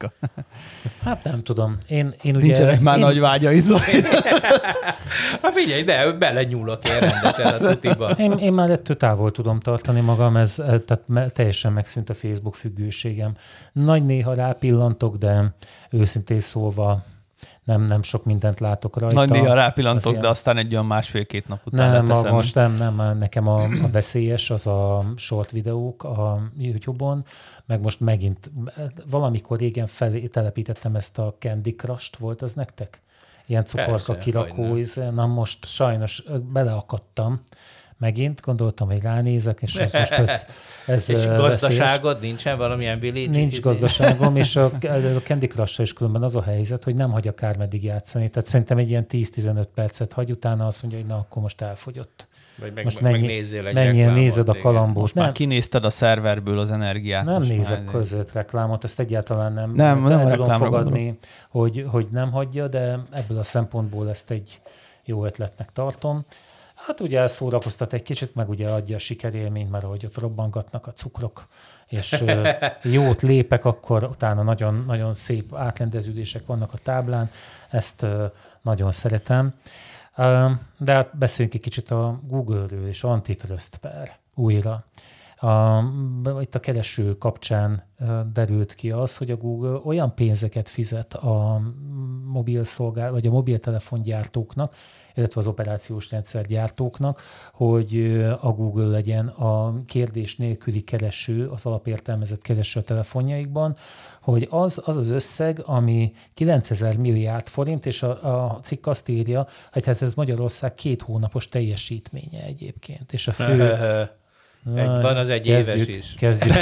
Hát nem tudom. Én ugye... Nincsenek már nagy vágyai, Zoli. Hát figyelj, de belenyúlok én rendesen a tutiba. Én már ettől távol tudom tartani magam, tehát teljesen megszűnt a Facebook függőségem. Nagy néha rápillantok, de őszintén szólva nem sok mindent látok rajta. Nagy néha rápillantok, de aztán egy olyan 1,5-2 nap után leteszem. Most nem, nekem a veszélyes az a short videók a YouTube-on, meg most megint valamikor régen telepítettem ezt a Candy Crush-t, volt az nektek? Ilyen cukorka kirakó, na most sajnos beleakadtam megint, gondoltam, hogy ránézek, és ez most ez és gazdaságod nincsen valamilyen bilét? Nincs gazdaságom, és a Candy Crush-ra is különben az a helyzet, hogy nem hagy akármeddig játszani. Tehát szerintem egy ilyen 10-15 percet hagy, utána azt mondja, hogy na, akkor most elfogyott. Vagy most mennyien nézed a kalambót. Most már kinézted a szerverből az energiát. Nem nézek között reklámot, ezt egyáltalán nem tudom fogadni, hogy nem hagyja, de ebből a szempontból ezt egy jó ötletnek tartom. Hát ugye elszórakoztat egy kicsit, meg ugye adja a sikerélményt, mert ahogy ott robbangatnak a cukrok, és jót lépek, akkor utána nagyon, nagyon szép átrendeződések vannak a táblán. Ezt nagyon szeretem. De hát beszéljünk egy kicsit a Google-ről és antitrust per újra. Itt a kereső kapcsán derült ki az, hogy a Google olyan pénzeket fizet a vagy a mobiltelefongyártóknak, illetve az operációs rendszergyártóknak, hogy a Google legyen a kérdés nélküli kereső, az alapértelmezett kereső a telefonjaikban, hogy az összeg, ami 9000 milliárd forint, és a cikk azt írja, hogy hát ez Magyarország 2 hónapos teljesítménye egyébként. És a fő... Van az egy éves is. Kezdjük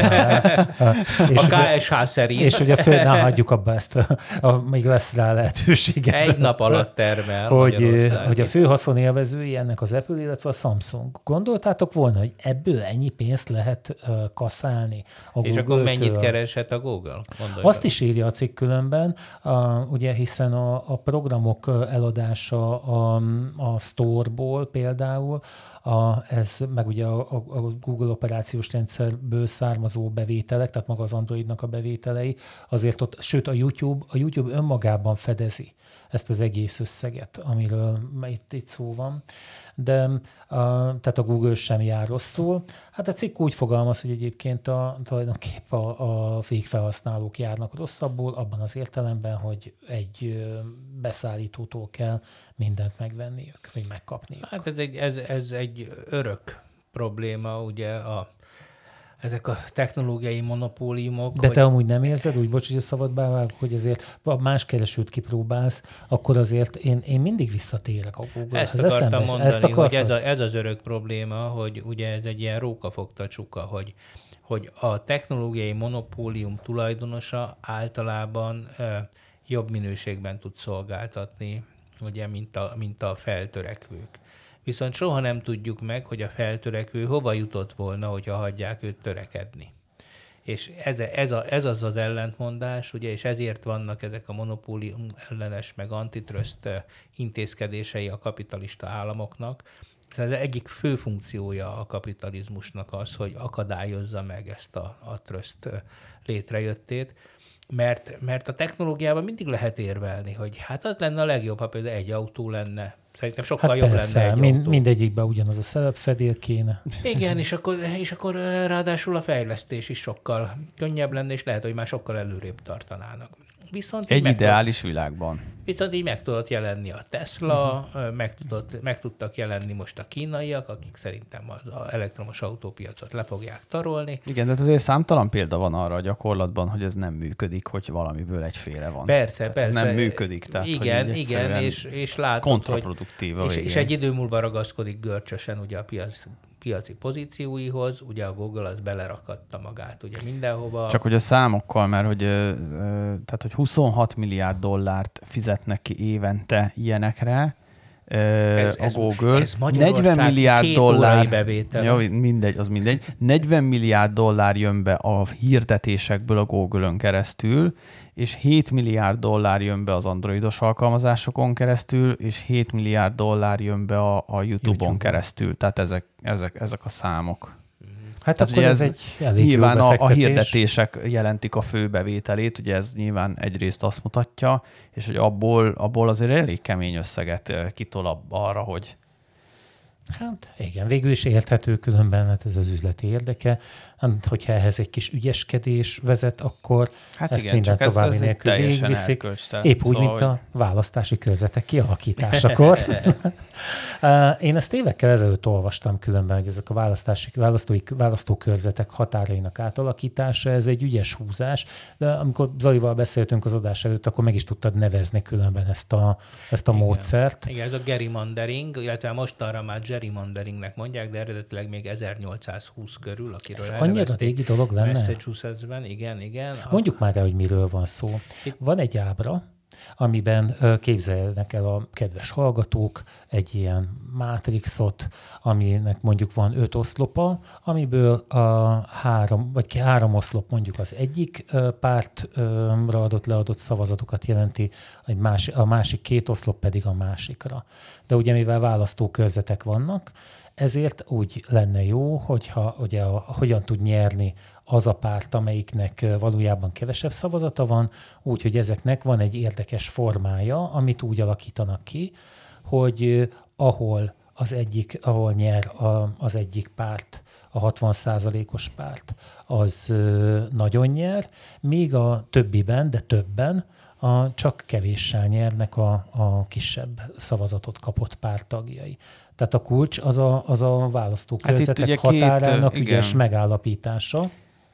a KSH szerint. És ugye hagyjuk abba ezt, még lesz rá lehetőséget. Egy nap alatt termel hogy a fő haszonélvezői ennek az Apple, illetve a Samsung. Gondoltátok volna, hogy ebből ennyi pénzt lehet kaszálni a Google-től? És akkor mennyit kereshet a Google? Azt is írja a cikk különben, ugye hiszen a programok eladása a Store-ból például, ez meg ugye a Google operációs rendszerből származó bevételek, tehát maga az Androidnak a bevételei, azért ott, sőt a YouTube önmagában fedezi ezt az egész összeget, amiről itt szó van. De tehát a Google sem jár rosszul. Hát a cikk úgy fogalmaz, hogy egyébként tulajdonképpen a végfelhasználók járnak rosszabbul, abban az értelemben, hogy egy beszállítótól kell mindent megvenniük, vagy megkapniuk. Hát ez egy örök probléma, ugye ezek a technológiai monopóliumok. De te amúgy nem érzed, úgy bocs, hogy a szabadba vágok, hogy azért más keresőt kipróbálsz, akkor azért én mindig visszatérek a Google-hez. Ezt akartam mondani, hogy ez az örök probléma, hogy ugye ez egy ilyen rókafogta csuka, hogy a technológiai monopólium tulajdonosa általában jobb minőségben tud szolgáltatni, ugye, mint a feltörekvők. Viszont soha nem tudjuk meg, hogy a feltörekvő hova jutott volna, hogyha hagyják őt törekedni. És ez az ellentmondás, ugye, és ezért vannak ezek a monopólium ellenes, meg antitrust intézkedései a kapitalista államoknak. Ez egyik fő funkciója a kapitalizmusnak az, hogy akadályozza meg ezt a trust létrejöttét. Mert a technológiában mindig lehet érvelni, hogy hát az lenne a legjobb, ha például egy autó lenne. Szerintem sokkal jobb lenne egy autó. Mindegyikben ugyanaz a szerepfedél kéne. Igen, és akkor ráadásul a fejlesztés is sokkal könnyebb lenne, és lehet, hogy már sokkal előrébb tartanának. Egy ideális világban. Viszont így meg tudott jelenni a Tesla, meg tudtak jelenni most a kínaiak, akik szerintem az elektromos autópiacot le fogják tarolni. Igen, de azért számtalan példa van arra a gyakorlatban, hogy ez nem működik, hogy valamiből egyféle van. Persze. Ez nem működik. Tehát, igen, és látod, kontraproduktív hogy... És egy idő múlva ragaszkodik görcsösen ugye a piaci pozícióihoz, ugye a Google az belerakatta magát ugye mindenhova. Csak hogy a számokkal, mert hogy 26 milliárd dollárt fizetnek ki évente ilyenekre, a Google. Ez 40 milliárd dollár bevétel. Ja, mindegy. 40 milliárd dollár jön be a hirdetésekből a Google-ön keresztül, és 7 milliárd dollár jön be az androidos alkalmazásokon keresztül, és 7 milliárd dollár jön be a YouTube-on keresztül. Tehát ezek a számok. Hát tehát akkor ez egy elég nyilván jó a hirdetések jelentik a fő bevételét, ugye ez nyilván egyrészt azt mutatja, és hogy abból azért elég kemény összeget kitol arra, hogy... Hát igen, végül is érthető különben, hát ez az üzleti érdeke. Hát, hogyha ehhez egy kis ügyeskedés vezet, akkor ezt igen, minden további nélkül végigviszik. Épp úgy, mint a választási körzetek kialakításakor. Én ezt évekkel ezelőtt olvastam különben, hogy ezek a választókörzetek határainak átalakítása, ez egy ügyes húzás, de amikor Zolival beszéltünk az adás előtt, akkor meg is tudtad nevezni különben ezt a módszert. Igen, ez a gerrymandering, illetve mostanra már gerrymanderingnek mondják, de eredetileg még 1820 körül, akiről annyira régi dolog lenne? Massachusettsben, igen. Mondjuk már el, hogy miről van szó. Van egy ábra, amiben képzeljenek el a kedves hallgatók egy ilyen mátrixot, aminek mondjuk van 5 oszlopa, amiből három oszlop mondjuk az egyik pártra leadott szavazatokat jelenti, a másik 2 oszlop pedig a másikra. De ugye mivel választókörzetek vannak, ezért úgy lenne jó, hogyha ugye hogyan tud nyerni az a párt, amelyiknek valójában kevesebb szavazata van, úgyhogy ezeknek van egy érdekes formája, amit úgy alakítanak ki, hogy ahol nyer az egyik párt, a 60%-os párt, az nagyon nyer, míg a többiben, de többen csak kevéssel nyernek a kisebb szavazatot kapott párt tagjai. Tehát a kulcs az a választókörzetek határának ügyes megállapítása.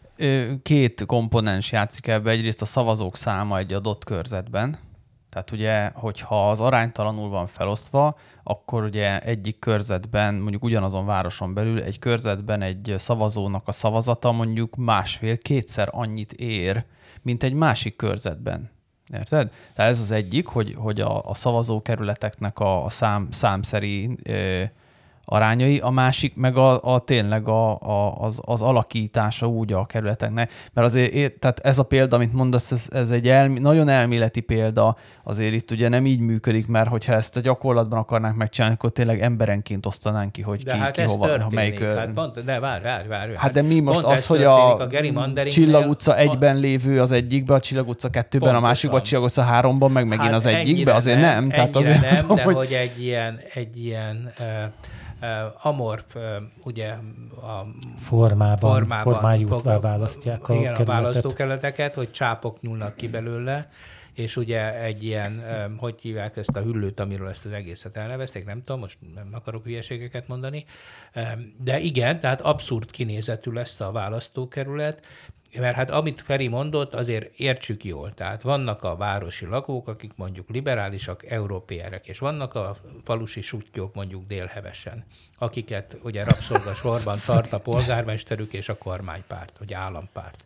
2 komponens játszik ebbe. Egyrészt a szavazók száma egy adott körzetben. Tehát ugye, hogyha az aránytalanul van felosztva, akkor ugye egyik körzetben, mondjuk ugyanazon városon belül, egy körzetben egy szavazónak a szavazata mondjuk 1,5-2-szer annyit ér, mint egy másik körzetben. Érted? Tehát ez az egyik, hogy a szavazókerületeknek a számszeri arányai, a másik meg tényleg az alakítása úgy a kerületeknek. Mert azért, tehát ez a példa, amit mondasz, ez egy nagyon elméleti példa, azért itt ugye nem így működik, mert hogyha ezt a gyakorlatban akarnánk megcsinálni, akkor tényleg emberenként osztanánk ki, hogy ki hova, melyik... De várj. Hát de mi most az, hogy a Csillag utca 1-ben lévő az egyikbe, a Csillag utca 2-ben, a másikban, a Csillag utca 3-ban, meg megint az egyikbe, azért nem. Tehát azért nem, tudom, de hogy egy ilyen amorf, ugye a formájúval választják a kerületet. A választókerületeket, hogy csápok nyúlnak ki belőle, és ugye egy ilyen, hogy hívják ezt a hüllőt, amiről ezt az egészet elnevezték, nem tudom, most nem akarok hülyeségeket mondani, de igen, tehát abszurd kinézetű lesz a választókerület, mert hát amit Feri mondott, azért értsük jól. Tehát vannak a városi lakók, akik mondjuk liberálisak, európérek, és vannak a falusi suttyók mondjuk délhevesen, akiket ugye rabszolgasorban tart a polgármesterük és a kormánypárt, vagy állampárt.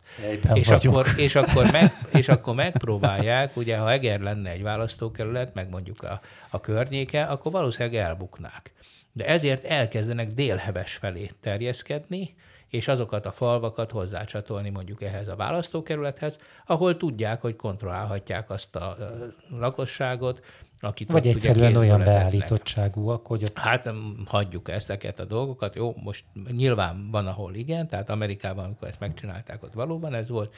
És akkor megpróbálják, ugye ha Eger lenne egy választókerület, meg mondjuk a környéke, akkor valószínűleg elbuknák. De ezért elkezdenek délheves felé terjeszkedni, és azokat a falvakat hozzácsatolni mondjuk ehhez a választókerülethez, ahol tudják, hogy kontrollálhatják azt a lakosságot, akit vagy egyszerűen olyan beállítottságúak, hogy ott... Hát hagyjuk ezeket a dolgokat. Jó, most nyilván van, ahol igen, tehát Amerikában, amikor ezt megcsinálták, ott valóban ez volt.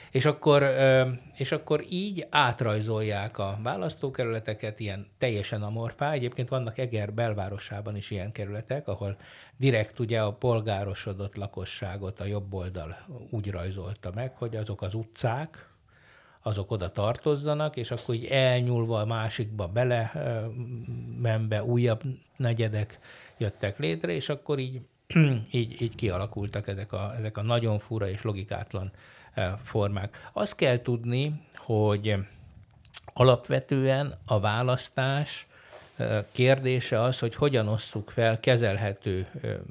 És akkor így átrajzolják a választókerületeket ilyen teljesen amorfá. Egyébként vannak Eger belvárosában is ilyen kerületek, ahol direkt ugye a polgárosodott lakosságot a jobb oldal úgy rajzolta meg, hogy azok az utcák, azok oda tartozzanak, és akkor így elnyúlva a másikba bele menve újabb negyedek jöttek létre, és akkor így kialakultak ezek a nagyon fura és logikátlan formák. Azt kell tudni, hogy alapvetően a választás kérdése az, hogy hogyan osszuk fel kezelhető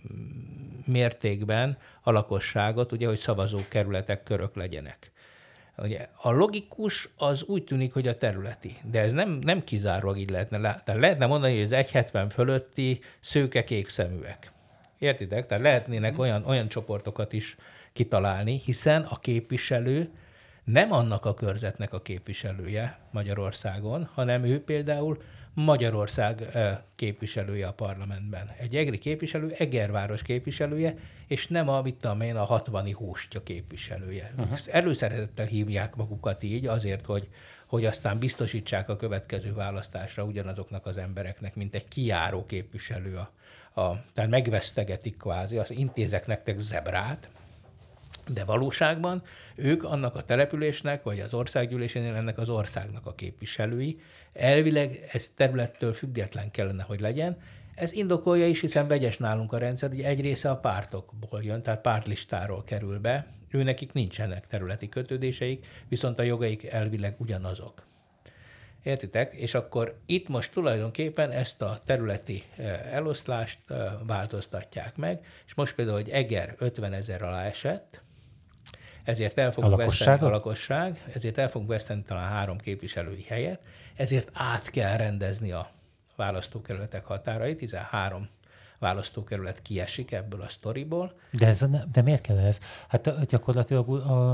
mértékben a lakosságot, ugye, hogy szavazókerületek, körök legyenek. Ugye, a logikus az úgy tűnik, hogy a területi, de ez nem kizárólag így lehetne. Tehát lehetne mondani, hogy az 1,70 fölötti szőke kék szeműek. Értitek? Tehát lehetnének olyan csoportokat is kitalálni, hiszen a képviselő nem annak a körzetnek a képviselője Magyarországon, hanem ő például Magyarország képviselője a parlamentben. Egy egri képviselő, Egerváros képviselője, és nem a 60-i Hóstya képviselője. Előszeretettel hívják magukat így azért, hogy aztán biztosítsák a következő választásra ugyanazoknak az embereknek, mint egy kijáró képviselő. Tehát megvesztegetik kvázi, az intézek nektek zebrát, de valóságban ők annak a településnek, vagy az országgyűlésénél ennek az országnak a képviselői. Elvileg ez területtől független kellene, hogy legyen. Ez indokolja is, hiszen vegyes nálunk a rendszer, hogy egy része a pártokból jön, tehát pártlistáról kerül be. Őnekik nincsenek területi kötődéseik, viszont a jogaik elvileg ugyanazok. Értitek? És akkor itt most tulajdonképpen ezt a területi eloszlást változtatják meg, és most például, hogy Eger 50 000 alá esett, ezért el fogunk veszteni a lakosság, ezért el fogunk veszteni talán 3 képviselői helyet, ezért át kell rendezni a választókerületek határait, 13 választókerület kiesik ebből a sztoriból. De miért kell ez? Hát gyakorlatilag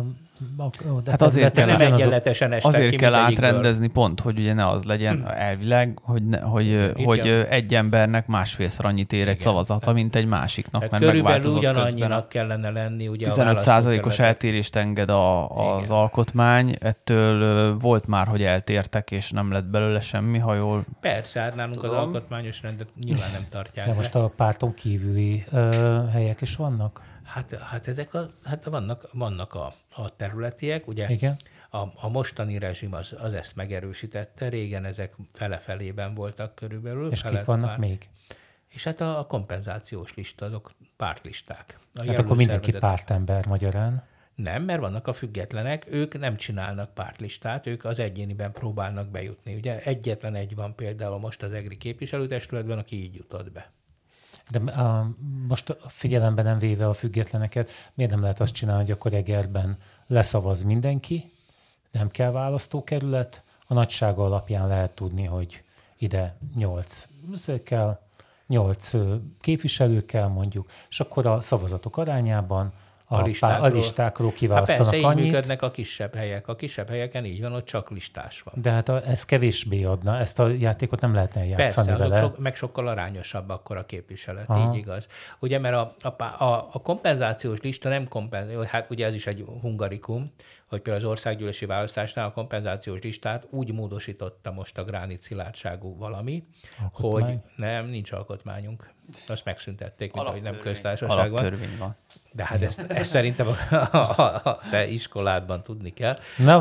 azért kell, nem egyenletesen estek azért ki kell átrendezni pont, hogy ugye ne az legyen elvileg, hogy egy embernek másfélszer annyit ér egy szavazata, mint egy másiknak, hát mert megváltozott közben. Körülbelül ugyanannyinak kellene lenni. Ugye 15%-os eltérést enged az alkotmány, ettől volt már, hogy eltértek, és nem lett belőle semmi, ha jól... Persze, hát nálunk az alkotmányos rendet nyilván nem tartják. De most a párton kívüli helyek is vannak? Hát ezek vannak a területiek, ugye? Igen. A mostani rezsim az ezt megerősítette, régen ezek fele-felében voltak körülbelül. És kik vannak még? És hát a kompenzációs lista, azok pártlisták. Hát akkor mindenki pártember magyarán. Nem, mert vannak a függetlenek, ők nem csinálnak pártlistát, ők az egyéniben próbálnak bejutni. Ugye egyetlen egy van például most az egri képviselőtestületben, aki így jutott be. De most figyelembe nem véve a függetleneket, miért nem lehet azt csinálni, hogy akkor Egerben leszavaz mindenki, nem kell választókerület, a nagysága alapján lehet tudni, hogy ide 8 képviselő kell mondjuk, és akkor a szavazatok arányában a listákról kiválasztanak persze, annyit. így működnek a kisebb helyek. A kisebb helyeken így van, ott csak listás van. De hát ez kevésbé adna, ezt a játékot nem lehetne játszani persze, vele. meg sokkal arányosabb akkor a képviselet, így igaz. Ugye, mert a kompenzációs lista nem kompenzál, hát ugye ez is egy hungarikum, hogy például az országgyűlési választásnál a kompenzációs listát úgy módosította most a gránit szilárdságú valami, hogy nem, nincs alkotmányunk. Azt megszüntették, mint ahogy nem köztársaság van. Alaptörvény van. De hát ezt szerintem a te iskoládban tudni kell.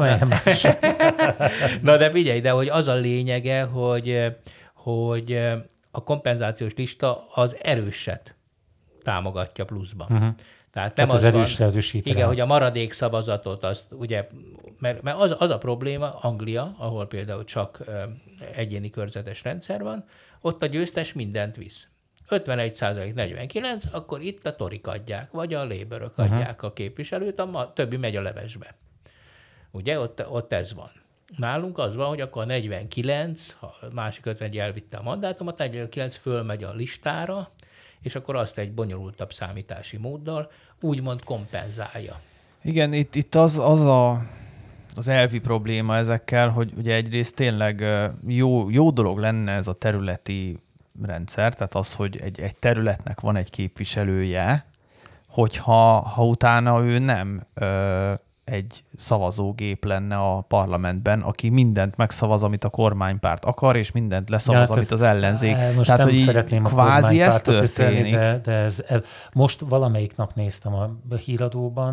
Na de figyelj, de hogy az a lényege, hogy a kompenzációs lista az erőset támogatja pluszban. Uh-huh. Tehát nem az erősít. Igen, hogy a maradék szavazatot, azt ugye, mert az a probléma, Anglia, ahol például csak egyéni körzetes rendszer van, ott a győztes mindent visz. 51%-49, akkor itt a torik adják, vagy a labourök adják a képviselőt, a többi megy a levesbe. Ugye, ott ez van. Nálunk az van, hogy akkor a 49, ha a másik 51 elvitte a mandátumot, 49 fölmegy a listára, és akkor azt egy bonyolultabb számítási móddal úgymond kompenzálja. Igen, itt az elvi probléma ezekkel, hogy ugye egyrészt tényleg jó dolog lenne ez a területi rendszer, tehát az, hogy egy területnek van egy képviselője, hogyha utána ő nem egy szavazógép lenne a parlamentben, aki mindent megszavaz, amit a kormánypárt akar, és mindent leszavaz, amit az ellenzék. Tehát, hogy így kvázi ez történik. De most valamelyik nap néztem a híradóban,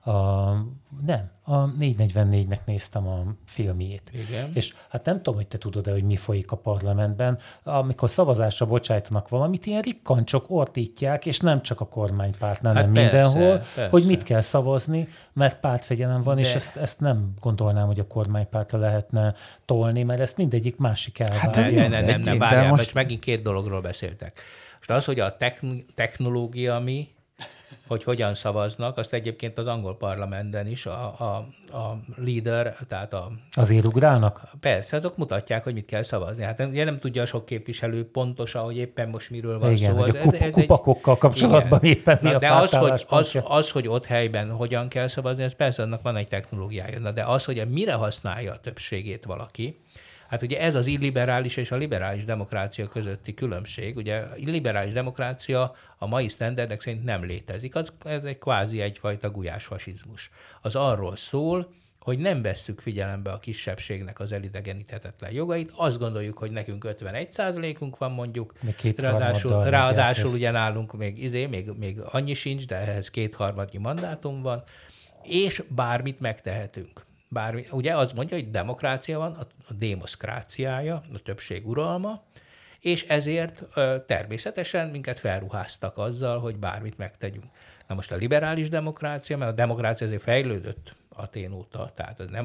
a 444-nek néztem a filmjét. Igen. És hát nem tudom, hogy te tudod-e, hogy mi folyik a parlamentben. Amikor szavazásra bocsájtanak valamit, ilyen rikkancsok ordítják, és nem csak a kormánypártnál, Hát nem persze, mindenhol, persze. hogy mit kell szavazni, mert pártfegyelem van, De- és ezt nem gondolnám, hogy a kormánypártra lehetne tolni, mert ezt mindegyik másik elvárja. ez Nem, mindegy, de várjál, most- most megint két dologról beszéltek. Most az, hogy a technológia hogy hogyan szavaznak, azt egyébként az angol parlamentben is a leader, tehát Azért ugrálnak? persze, azok mutatják, hogy mit kell szavazni. Hát ugye nem tudja a sok képviselő pontosan, hogy éppen most miről van Igen, szó. hogy a kupakokkal kapcsolatban igen. éppen mi a de az, pártálláspontja. az, hogy ott helyben hogyan kell szavazni, ez persze annak van egy technológiája. Na, de az, hogy mire használja a többségét valaki, hát ugye ez az illiberális és a liberális demokrácia közötti különbség. Ugye a illiberális demokrácia a mai sztenderdek szerint nem létezik. Ez egy kvázi egyfajta gulyásfasizmus. Az arról szól, hogy nem vesszük figyelembe a kisebbségnek az elidegeníthetetlen jogait. Azt gondoljuk, hogy nekünk 51%-unk van mondjuk, De kétharmaddal ráadásul ezt. ugye nálunk még annyi sincs, de ehhez 2/3 mandátum van, és bármit megtehetünk. Ugye az mondja, hogy demokrácia van, a démoszkráciája, a többség uralma, és ezért természetesen minket felruháztak azzal, hogy bármit megtegyünk. Na most a liberális demokrácia, mert a demokrácia azért fejlődött Atén óta, tehát ez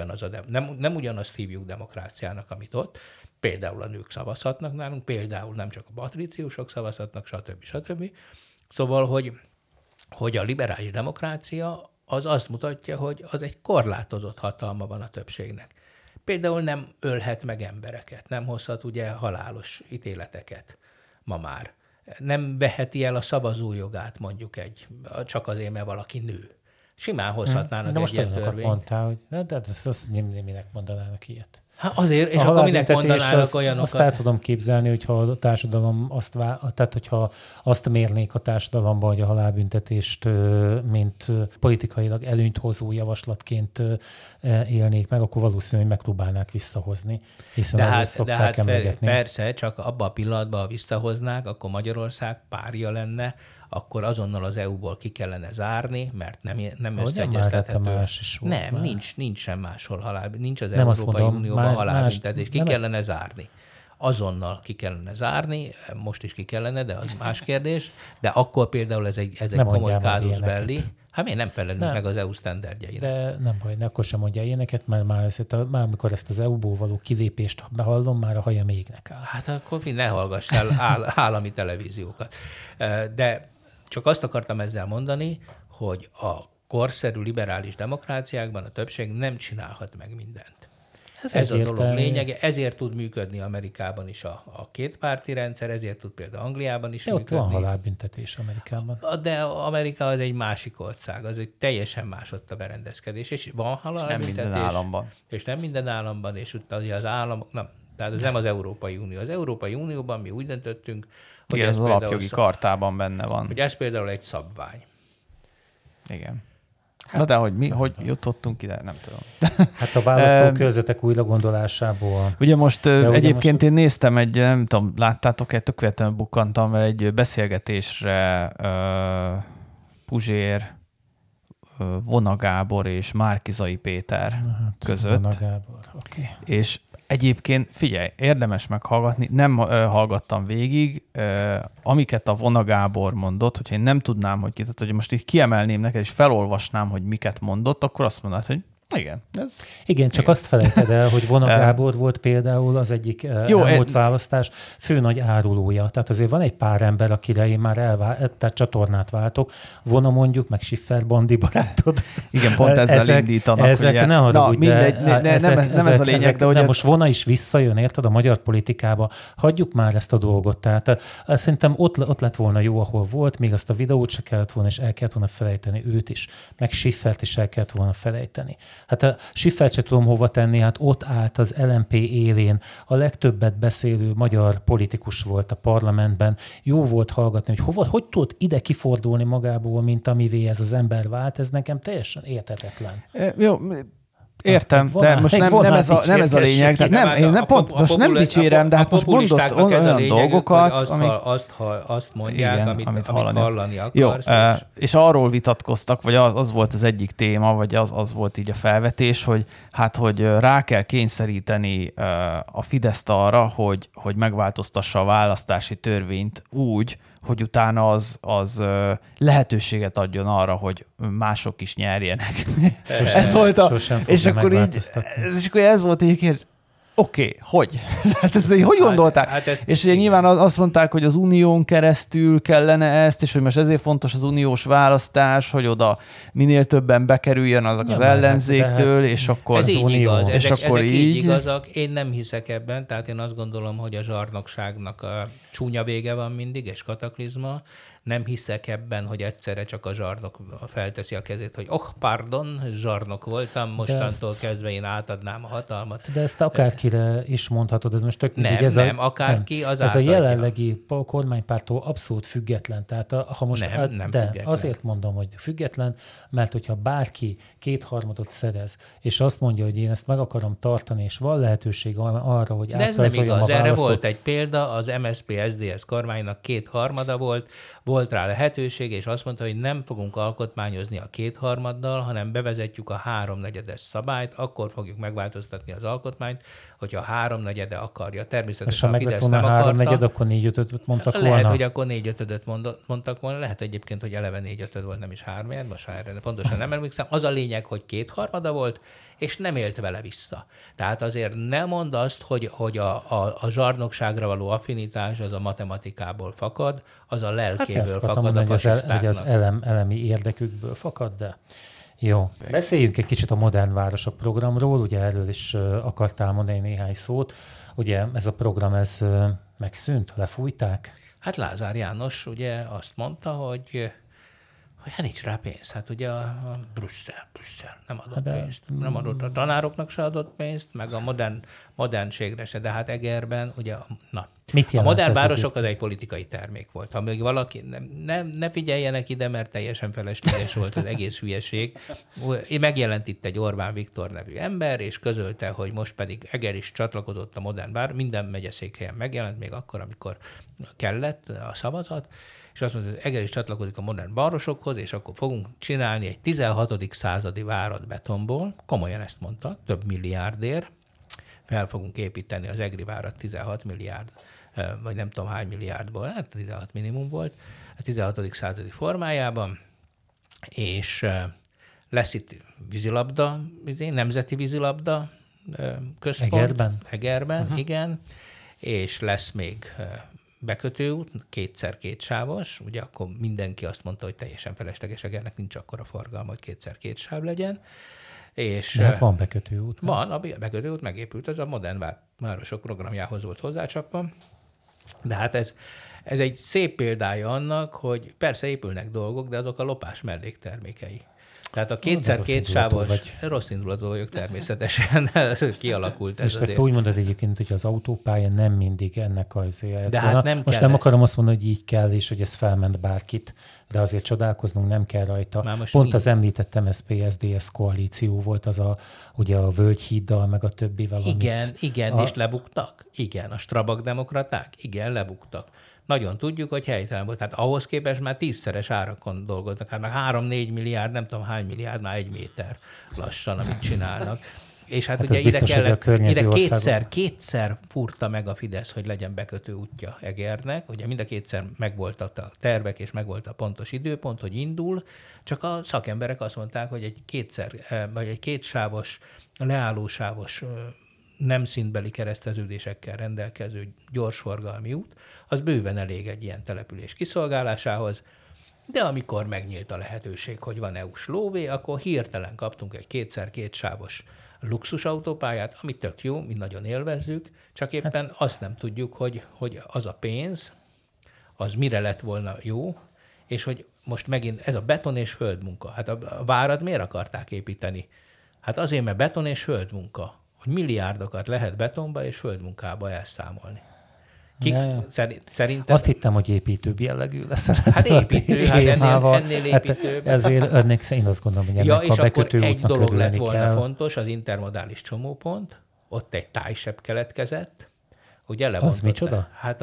nem ugyanazt hívjuk demokráciának, amit ott. Például a nők szavazhatnak nálunk, például nem csak a patríciusok szavazhatnak, stb. Szóval, hogy a liberális demokrácia az azt mutatja, hogy az egy korlátozott hatalma van a többségnek. Például nem ölhet meg embereket, nem hozhat ugye halálos ítéleteket ma már. Nem veheti el a szavazójogát mondjuk csak azért, mert valaki nő. Simán hozhatnának De most egy ilyen olyanokat törvényt. mondtál, hogy de azt minek mondanának ilyet. Hát azért, és A akkor minek halálbüntetés, mondanának olyanokat? azt el tudom képzelni, hogyha a társadalom tehát hogyha azt mérnék a társadalomban, hogy a halálbüntetést mint politikailag előnyt hozó javaslatként élnék meg, akkor valószínűleg megpróbálnák visszahozni, hiszen azért szokták emlegetni. Persze, csak abban a pillanatban, ha visszahoznák, akkor Magyarország párja lenne, akkor azonnal az EU-ból ki kellene zárni, mert nem összeegyeztethető. Más is volt nem, már. nincs sem máshol nincs az Nem azt Európai mondom, Unióban halálbüntetés. Ki nem kellene zárni. Azonnal ki kellene zárni, most is ki kellene, de az más kérdés. De akkor például ez egy Nem komoly mondjál már kázus ilyeneket. belli. Hát miért nem felelünk Nem. meg az EU sztenderdjeinek? De nem baj, akkor sem mondja ilyeneket, mert már amikor ezt az EU-ból való kilépést behallom, már a haja mégnek áll. Hát akkor ne hallgass el állami televíziókat. De csak azt akartam ezzel mondani, hogy a korszerű liberális demokráciákban a többség nem csinálhat meg mindent. Ez a dolog lényege, ezért tud működni Amerikában is a kétpárti rendszer, ezért tud például Angliában is De ott működni. van halálbüntetés Amerikában. De Amerika az egy másik ország, az egy teljesen más ott a berendezkedés, és van halálbüntetés. Nem minden államban. És nem minden államban, és ugye az államok, nem. Tehát ez nem az Európai Unió. Az Európai Unióban mi úgy döntöttünk, hogy Igen, ez az például alapjogi kartában benne van. hogy ez például egy szabvány. Igen. Na de hogy jutottunk ide, nem tudom. Hát a választókörzetek újragondolásából. Ugye most ugye egyébként most... én néztem nem tudom, láttátok-e, tök véletlenül bukkantam vele egy beszélgetésre Puzsér, Vona Gábor és Márki-Zay Péter között. Vona Gábor, oké. És egyébként figyelj, érdemes meghallgatni, nem hallgattam végig, amiket a Vona Gábor mondott, hogyha én nem tudnám, hogy most itt kiemelném neked, és felolvasnám, hogy miket mondott, akkor azt mondod, hogy igen. Igen, csak azt felejted el, hogy Vona Gábor volt például az egyik elmúlt választás fő nagy árulója. Tehát azért van egy pár ember, akire én már tehát csatornát váltok. Vona mondjuk, meg Schiffer Bandi barátod. Igen, pont ezzel indítanak. Ezek ugye. ne haragudj, mindegy, nem ez a lényeg. De ugye... most Vona is visszajön, érted, a magyar politikába. Hagyjuk már ezt a dolgot. Tehát szerintem ott lett volna jó, ahol volt, még azt a videót se kellett volna, és el kellett volna felejteni őt is, meg Schiffert is el kellett volna felejteni. Hát a Schiffert se tudom hova tenni, hát ott állt az LMP élén, a legtöbbet beszélő magyar politikus volt a parlamentben. Jó volt hallgatni, hogy hogy tudott ide kifordulni magából, mint amivé ez az ember vált, ez nekem teljesen érthetetlen. Jó, Értem, de most nem ez a lényeg. Tehát én most nem dicsérem, de hát most mondott olyan dolgokat, amik... Azt mondják, igen, amit hallani akarsz. Jó, és arról vitatkoztak, vagy az volt az egyik téma, vagy az volt így a felvetés, hogy rá kell kényszeríteni a Fideszt arra, hogy megváltoztassa a választási törvényt úgy, hogy utána az lehetőséget adjon arra, hogy mások is nyerjenek. Ez volt és akkor ez volt egy kérdés. Oké, hogy? Hát hogy gondolták? És ugye nyilván azt mondták, hogy az unión keresztül kellene ezt, és hogy most ezért fontos az uniós választás, hogy oda minél többen bekerüljön az ellenzéktől, és akkor ez az unió. Ezek így igazak. Én nem hiszek ebben, tehát én azt gondolom, hogy a zsarnokságnak a csúnya vége van mindig, és kataklizma. Nem hiszek ebben, hogy egyszerre csak a zsarnok felteszi a kezét, hogy pardon, zsarnok voltam, mostantól kezdve én átadnám a hatalmat. De ezt akárkire is mondhatod, ez most tök mindig. Nem, akárki az ez a jelenlegi kormánypártól abszolút független. Tehát ha most nem de független. Azért mondom, hogy független, mert hogyha bárki 2/3 szerez, és azt mondja, hogy én ezt meg akarom tartani, és van lehetőség arra, hogy átrajzoljam a választót. Erre volt egy példa, az MSZP-SZDSZ kormánynak 2/3 volt rá lehetőség, és azt mondta, hogy nem fogunk alkotmányozni a 2/3, hanem bevezetjük a 3/4 szabályt, akkor fogjuk megváltoztatni az alkotmányt, hogyha a 3/4 akarja. Természetesen a Fidesz nem akarta. És ha 3/4, akkor 4/5 mondtak volna? Lehet, hogy akkor 4/5 mondtak volna, lehet egyébként, hogy eleve 4/5 volt, nem is 3/4, most erre pontosan nem emlékszem. Az a lényeg, hogy 2/3 volt, és nem élt vele vissza. Tehát azért ne mondd azt, hogy a zsarnokságra való affinitás az a matematikából fakad, az a lelkéből fakad a fasisztáknak. Hogy az elemi érdekükből fakad, de jó. Beszéljünk egy kicsit a Modern Városok programról, ugye erről is akartál mondani néhány szót. Ugye ez a program, ez megszűnt, lefújták? Hát Lázár János ugye azt mondta, hogy hát nincs rá pénz. Hát ugye a Brüsszel nem adott pénzt. Nem adott a tanároknak se adott pénzt, meg a modernségre se. De hát Egerben ugye, a modern városok az egy politikai termék volt. Ha még valaki, ne figyeljenek ide, mert teljesen felesleges volt az egész hülyeség. Megjelent itt egy Orbán Viktor nevű ember, és közölte, hogy most pedig Eger is csatlakozott a modern város. Minden megyeszékhelyen megjelent, még akkor, amikor kellett a szavazat, és azt mondta, hogy Eger is csatlakozik a modern városokhoz, és akkor fogunk csinálni egy 16. századi várat betonból, komolyan ezt mondta, több milliárdért, fel fogunk építeni az egri várat 16 milliárd, vagy nem tudom hány milliárdból, hát 16 minimum volt, a 16. századi formájában, és lesz itt vízilabda, nemzeti vízilabda központ. Egerben, igen, és lesz még bekötőút, 2x2 sávos, ugye akkor mindenki azt mondta, hogy teljesen felesleges, Egernek nincs akkora forgalma, hogy 2x2 sáv legyen. És de hát van bekötőút. Van, a bekötőút megépült, az a modern városok programjához volt hozzácsapva, de hát ez egy szép példája annak, hogy persze épülnek dolgok, de azok a lopás melléktermékei. Tehát a 2x2 sávos, rossz indulatú vagyok természetesen, kialakult ez most azért. Ezt úgy mondod egyébként, hogy az autópálya nem mindig ennek az de hát nem most nem akarom azt mondani, hogy így kell, és hogy ez felment bárkit, de azért csodálkoznunk nem kell rajta. Pont az említett MSZP-SZDSZ koalíció volt az ugye a Völgyhíddal, meg a többivel. Igen, és lebuktak. Igen, a Strabag demokraták, igen, lebuktak. Nagyon tudjuk, hogy helytelen volt. Tehát ahhoz képest már 10-szeres árakon dolgoznak. Hát meg 3-4 milliárd, nem tudom hány milliárd, már 1 méter lassan, amit csinálnak. És hát ugye biztos, ide kétszer furta meg a Fidesz, hogy legyen bekötő útja Egernek. Ugye mind a kétszer megvoltak a tervek, és megvolt a pontos időpont, hogy indul. Csak a szakemberek azt mondták, hogy egy kétsávos, leállósávos nem szintbeli kereszteződésekkel rendelkező gyorsforgalmi út, az bőven elég egy ilyen település kiszolgálásához, de amikor megnyílt a lehetőség, hogy van EU-s lóvé, akkor hirtelen kaptunk egy 2x2 sávos luxusautópályát, ami tök jó, mi nagyon élvezzük, csak éppen azt nem tudjuk, hogy az a pénz, az mire lett volna jó, és hogy most megint ez a beton és földmunka. Hát a várat miért akarták építeni? Hát azért, mert beton és földmunka, hogy milliárdokat lehet betonba és földmunkába elszámolni. Szerintem... Azt hittem, hogy építőbb jellegű lesz. Hát építő, hát ennél építőbb. Hát ezért én azt gondolom, hogy ennek a bekötő egy útnak dolog lett örülni volna kell. fontos, az intermodális csomópont, ott egy tájsebb keletkezett, ugye Az levontott. micsoda? Hát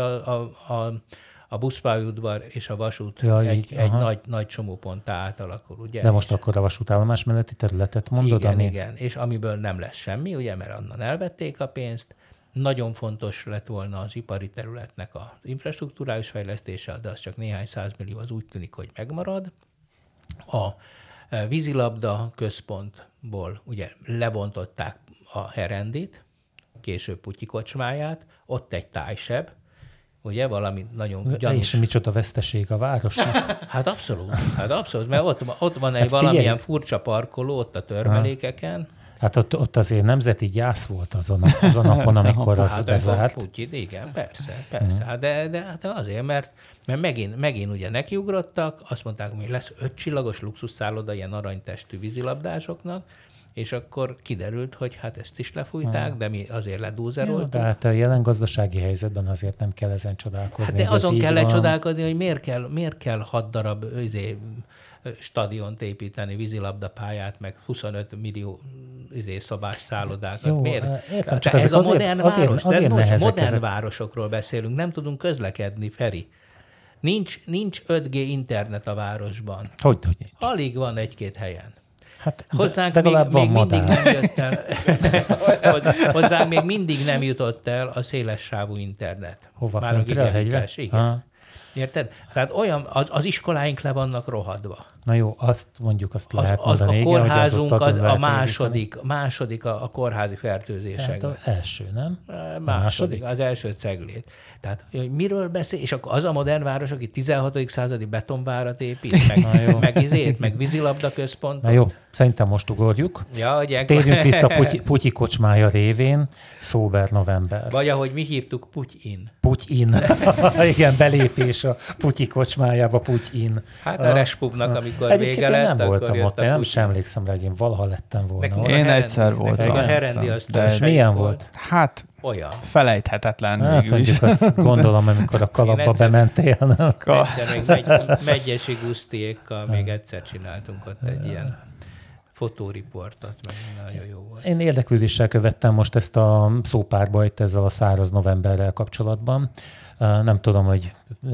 a buszpályaudvar és a vasút egy nagy csomóponttá átalakul, ugye? De most akkor a vasútállomás melletti területet mondod? Igen, és amiből nem lesz semmi, ugye, mert onnan elvették a pénzt. Nagyon fontos lett volna az ipari területnek az infrastruktúrális fejlesztése, de az csak néhány százmillió, az úgy tűnik, hogy megmarad. A vízilabda központból ugye lebontották a Herendit, később Putyi kocsmáját, ott egy tájseb, ugye, valami nagyon gyanús. És micsoda veszteség a városnak? Hát abszolút, mert ott van egy valamilyen furcsa parkoló ott a törmelékeken. Hát ott azért nemzeti gyász volt azon a napon, amikor az bezárt. Putyin, igen, persze. Hát de hát azért, mert megint ugye nekiugrottak, azt mondták, hogy lesz 5 csillagos luxusszálloda ilyen aranytestű vízilabdásoknak, és akkor kiderült, hogy hát ezt is lefújták, de mi azért ledúzeroltuk. De hát a jelen gazdasági helyzetben azért nem kell ezen csodálkozni. Hát de azon kell csodálkozni, hogy miért kell 6 darab stadiont építeni, vízilabdapályát, meg 25 millió szobás szállodákat. Jó, miért? Értem, csak ez a modern város. Azért De modern városokról beszélünk, nem tudunk közlekedni, Feri. Nincs 5G internet a városban. Hogy nincs? Alig van 1-2 helyen. Hát hozzánk még mindig nem jött el. Hozzánk még mindig nem jutott el a széles sávú internet. Hova, föntre a hegyre? Igen. Érted? Tehát olyan, az iskoláink le vannak rohadva. Na jó, azt lehet mondani. A kórházunk a második a kórházi fertőzésekben. Hát az első, nem? Második, az első ceglét. Tehát miről beszél? És akkor az a modern város, aki 16. századi betonvárat épít, meg vízilabda központot. Na jó, szerintem most ugorjuk. Ja, térjünk vissza Putyi kocsmája révén, Szóber november. Vagy ahogy mi hívtuk, Putyin. Putyin. Igen, belépés a Putyi kocsmájába, Putyin. Hát a Respubnak, amikor vége lett, nem akkor voltam ott, én nem sem emlékszem rá, hogy én valaha lettem volna. Én egyszer voltam. A Herendi és milyen volt? Hát olyan. Felejthetetlen hát, végül is. Azt gondolom, amikor a kalapba bementél. Még Megyesi Gusztiékkal még egyszer csináltunk ott egy ilyen fotóriportot, meg nagyon jó volt. Én érdeklődéssel követtem most ezt a szópárbajt ezzel a száraz novemberrel kapcsolatban. Nem tudom, hogy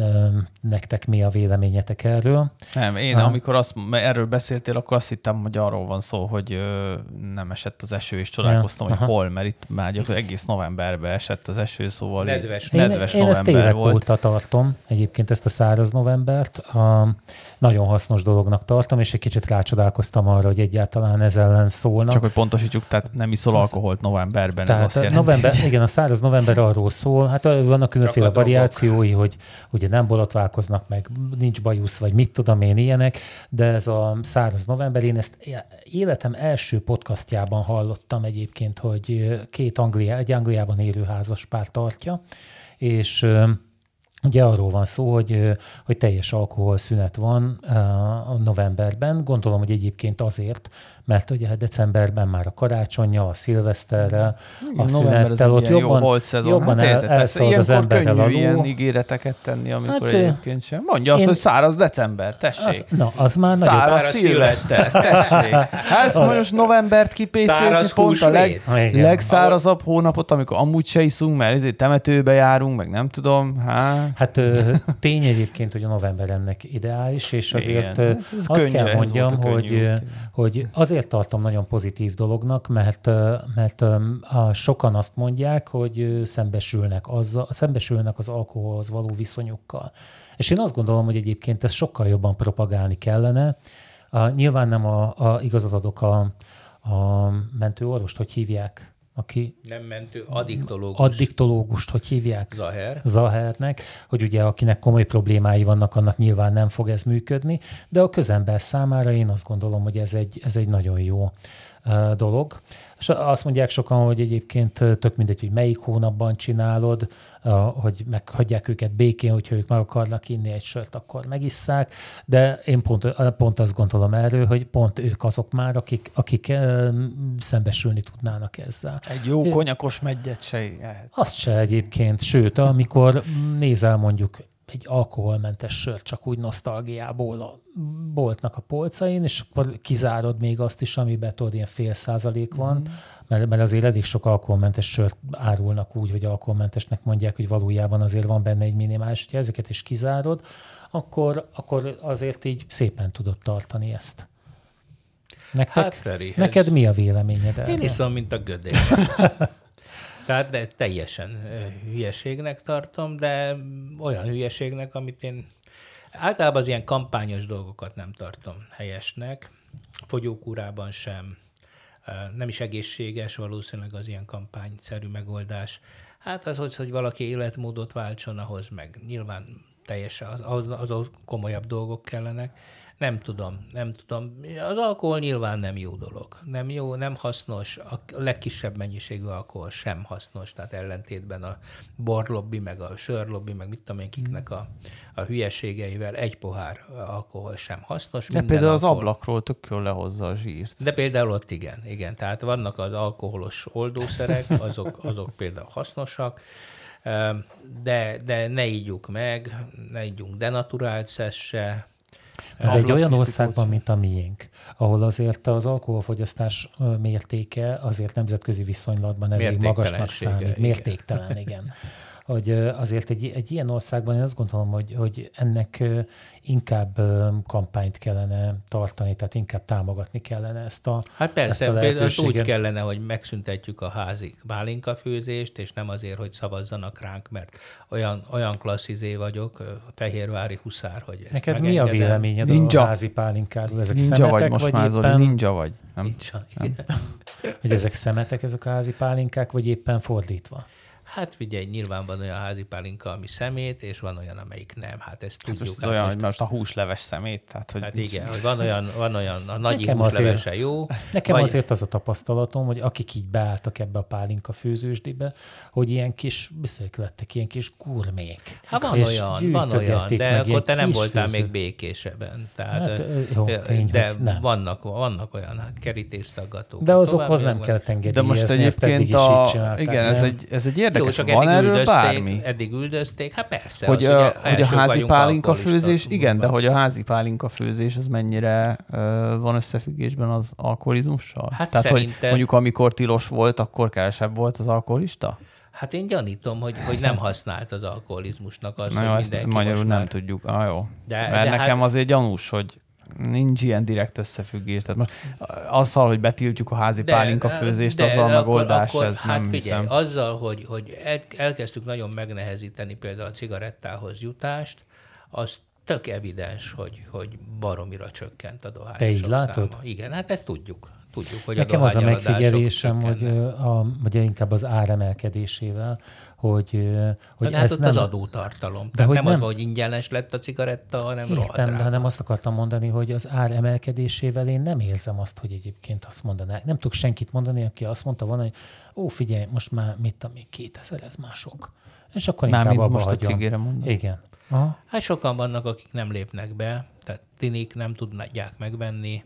nektek mi a véleményetek erről. Nem, én amikor erről beszéltél, akkor azt hittem, hogy arról van szó, hogy nem esett az eső, és csodálkoztam, hogy hol, mert itt már gyakorlatilag egész novemberben esett az eső, szóval nedves november én ezt évek óta tartom, egyébként ezt a száraz novembert. Nagyon hasznos dolognak tartom, és egy kicsit rácsodálkoztam arra, hogy egyáltalán ez ellen szólnak. Csak hogy pontosítsuk, tehát nem iszol alkoholt novemberben, tehát ez azt jelenti. Igen, a száraz november arról szól, hát vannak különféle variációi, hogy ugye nem borotválkoznak meg, nincs bajusz, vagy mit tudom én ilyenek, de ez a száraz november, én ezt életem első podcastjában hallottam egyébként, hogy egy Angliában élő házaspár tartja, és ugye arról van szó, hogy teljes alkoholszünet van a novemberben. Gondolom, hogy egyébként azért, mert ugye decemberben már a karácsonnyal, a szilveszterrel, a szünettel ott jobban elszalad az emberrel alul. Ilyen ígéreteket tenni, amikor egyébként sem. Mondja azt, hogy száraz december, tessék. Az már nagyon... Száraz szilveszter, tessék. Hát most novembert kipécézni, pont a legszárazabb hónapot, amikor amúgy se iszunk, mert ezért temetőbe járunk, meg nem tudom. Hát tény egyébként, hogy a november ennek ideális, és azért azt kell mondjam, hogy azért tartom nagyon pozitív dolognak, mert sokan azt mondják, hogy szembesülnek az alkoholhoz való viszonyukkal. És én azt gondolom, hogy egyébként ezt sokkal jobban propagálni kellene. Nyilván nem igazat adok a mentőorvost, hogy hívják? Nem mentő, addiktológus. Addiktológust, hogy hívják? Zahernek, hogy ugye akinek komoly problémái vannak, annak nyilván nem fog ez működni, de a közember számára én azt gondolom, hogy ez egy nagyon jó dolog. És azt mondják sokan, hogy egyébként tök mindegy, hogy melyik hónapban csinálod, hogy meghagyják őket békén, hogyha ők meg akarnak inni egy sört, akkor megisszák, de én pont azt gondolom erről, hogy pont ők azok már, akik szembesülni tudnának ezzel. Egy jó konyakos meggyet se lehet. Azt se egyébként, sőt, amikor nézel mondjuk egy alkoholmentes sört csak úgy nosztalgiából a boltnak a polcain, és akkor kizárod még azt is, amiben tudod, ilyen 0,5% van, mert azért elég sok alkoholmentes sört árulnak úgy, hogy alkoholmentesnek mondják, hogy valójában azért van benne egy minimális, hogyha ezeket is kizárod, akkor azért így szépen tudod tartani ezt. Neked mi a véleményed erről? Én iszom, mint a gödél. Tehát de teljesen hülyeségnek tartom, de olyan hülyeségnek, amit én általában az ilyen kampányos dolgokat nem tartom helyesnek. Fogyókúrában sem. Nem is egészséges valószínűleg az ilyen kampányszerű megoldás. Hát az, hogy valaki életmódot váltson, ahhoz meg nyilván teljesen az komolyabb dolgok kellenek. Nem tudom. Az alkohol nyilván nem jó dolog. Nem jó, nem hasznos. A legkisebb mennyiségű alkohol sem hasznos, tehát ellentétben a borlobbi, meg a sörlobbi, meg mit tudom én kiknek a hülyeségeivel egy pohár alkohol sem hasznos. De például az ablakról tök jól lehozza a zsírt. De például ott igen. Tehát vannak az alkoholos oldószerek, azok például hasznosak, de ne ígyjuk meg, ne ígyunk denaturált szesz se. De egy olyan országban, mint a miénk, ahol azért az alkoholfogyasztás mértéke azért nemzetközi viszonylatban elég magasnak számít. Mértéktelen, igen. Hogy azért egy ilyen országban én azt gondolom, hogy ennek inkább kampányt kellene tartani, tehát inkább támogatni kellene ezt a Hát persze, ezt a például úgy kellene, hogy megszüntetjük a házi pálinkafőzést, és nem azért, hogy szavazzanak ránk, mert olyan klassz vagyok, fehérvári huszár, hogy ezt neked mi a véleményed ninja. A házi pálinkáról? Ezek ninja szemetek, vagy most már, Zoli, ninja vagy. Nem? Nem. Hogy ezek szemetek, ezek a házi pálinkák, vagy éppen fordítva? Hát figyelj, nyilván van olyan házi pálinka, ami szemét, és van olyan, amelyik nem. Hát ezt tudjuk. Most olyan, hogy most a húsleves szemét. Tehát, hogy hát igen, hogy van olyan a nagyi húslevese jó. Nekem azért az a tapasztalatom, hogy akik így beálltak ebbe a pálinka főzősdibe, hogy ilyen kis, lettek ilyen kis gurmék. Hát van olyan, de akkor te nem voltál még békésebben. Tehát, hát, jó, de vannak olyan kerítésztaggatók. De azokhoz nem kell engedélyezni, ezt eddig is így csinálták. Igen, ez egy érdekes. Van erről bármi? Eddig üldözték, hát persze. Hogy a házi pálinka főzés, igen, de hogy a házi pálinka főzés az mennyire van összefüggésben az alkoholizmussal? Hát tehát, szerinted... hogy mondjuk amikor tilos volt, akkor kevesebb volt az alkoholista? Hát én gyanítom, hogy nem használt az alkoholizmusnak az, hogy mindenki magyarul nem tudjuk. Jó. Mert nekem azért gyanús, hogy nincs ilyen direkt összefüggés. Tehát most azzal, hogy betiltjuk a házi pálinka főzést, azzal a megoldás, ez hát nem figyelj, hiszem. azzal, hogy elkezdtük nagyon megnehezíteni például a cigarettához jutást, az tök evidens, hogy baromira csökkent a dohányosok Te így látod? száma. Igen, hát ezt tudjuk. Hogy nekem az a megfigyelésem, hogy inkább az áremelkedésével, hogy hát ez ott nem... az adótartalom. De hogy nem az, hogy ingyenes lett a cigaretta, hanem rohadt drága. De hanem azt akartam mondani, hogy az ár emelkedésével én nem érzem azt, hogy egyébként azt mondanák. Nem tudok senkit mondani, aki azt mondta volna, hogy figyelj, most már 2000, ez már sok. És akkor inkább abba most hagyom. A cigére mondom. Igen. Aha. Hát sokan vannak, akik nem lépnek be, tehát tinik nem tudják megvenni.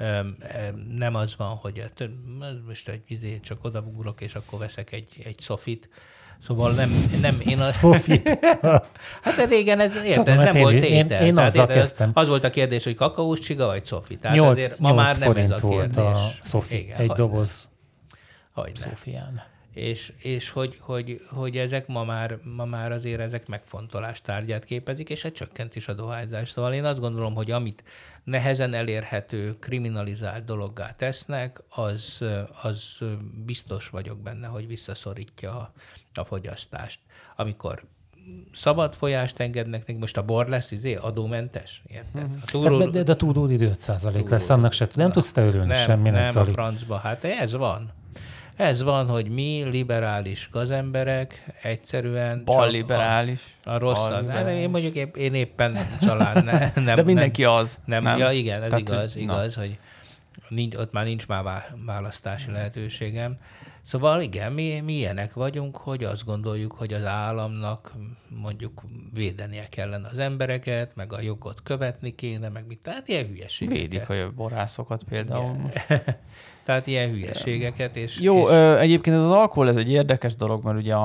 Nem az van, hogy most csak odaugrok, és akkor veszek egy szofit. Szóval nem én a... Szofit? Hát régen ez nem volt étel. Én azzal kezdtem. Az volt a kérdés, hogy kakaós csiga vagy szofi. 8 forint volt a szofi, egy doboz szofián. És hogy ezek ma már azért ezek megfontolás tárgyát képezik, és egy csökkent is a dohányzás. Szóval én azt gondolom, hogy amit nehezen elérhető, kriminalizált dologgá tesznek, az biztos vagyok benne, hogy visszaszorítja a fogyasztást. Amikor szabad folyást engednek, most a bor lesz adómentes, érted? De a túróidő 5% lesz, annak se nem tudsz te örülni, semmi nem a francba, hát ez van. Ez van, hogy mi, liberális gazemberek, egyszerűen balliberális. A rosszat. Én mondjuk én éppen család nem. De mindenki az. Nem. Ja, igen, ez igaz, hogy Ott már nincs választási lehetőségem. Szóval igen, mi ilyenek vagyunk, hogy azt gondoljuk, hogy az államnak mondjuk védenie kellene az embereket, meg a jogot követni kéne, meg mit. Tehát ilyen hülyeségeket. Védik a borászokat például most. Tehát ilyen hülyeségeket. És, jó, egyébként ez az alkohol, ez egy érdekes dolog, mert ugye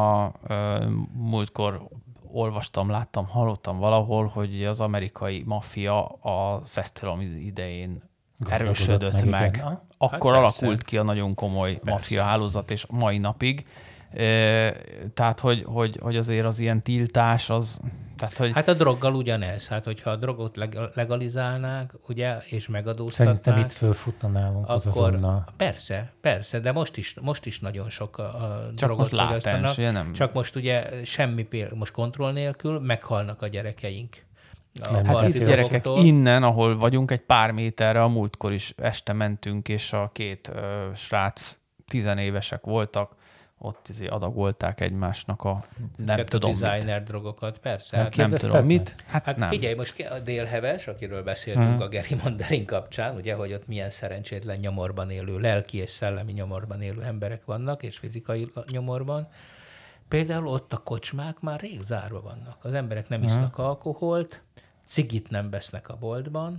múltkor olvastam, láttam, hallottam valahol, hogy az amerikai maffia a szesztelom idején erősödött meg. Akkor alakult ki a nagyon komoly maffia hálózat, és mai napig. Tehát, hogy azért az ilyen tiltás, az... Tehát, hogy... Hát a droggal ugyanez. Hát, hogyha a drogot legalizálnák, ugye, és megadóztatnák... Szerintem itt fölfutna nálunk az azonnal. Persze, de most is nagyon sok a csak drogot most látens, ugye nem? Csak most ugye most kontroll nélkül meghalnak a gyerekeink. Hát itt gyerekek innen, ahol vagyunk, egy pár méterre, a múltkor is este mentünk, és a két srác 10 évesek voltak, ott adagolták egymásnak a nem tudom designer mit. drogokat, persze. Nem tudom mit. Hát nem. Figyelj, most a Délheves, akiről beszéltünk a Geri Mandarin kapcsán, ugye, hogy ott milyen szerencsétlen nyomorban élő, lelki és szellemi nyomorban élő emberek vannak, és fizikai nyomorban. Például ott a kocsmák már rég zárva vannak. Az emberek nem isznak alkoholt, cigit nem vesznek a boltban,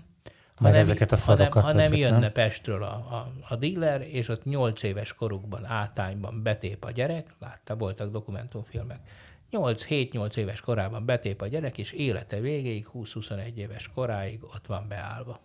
hanem jönne Pestről a díler, és ott 8 éves korukban átányban betép a gyerek, voltak dokumentumfilmek, 7-8 éves korában betép a gyerek, és élete végéig, 20-21 éves koráig ott van beállva.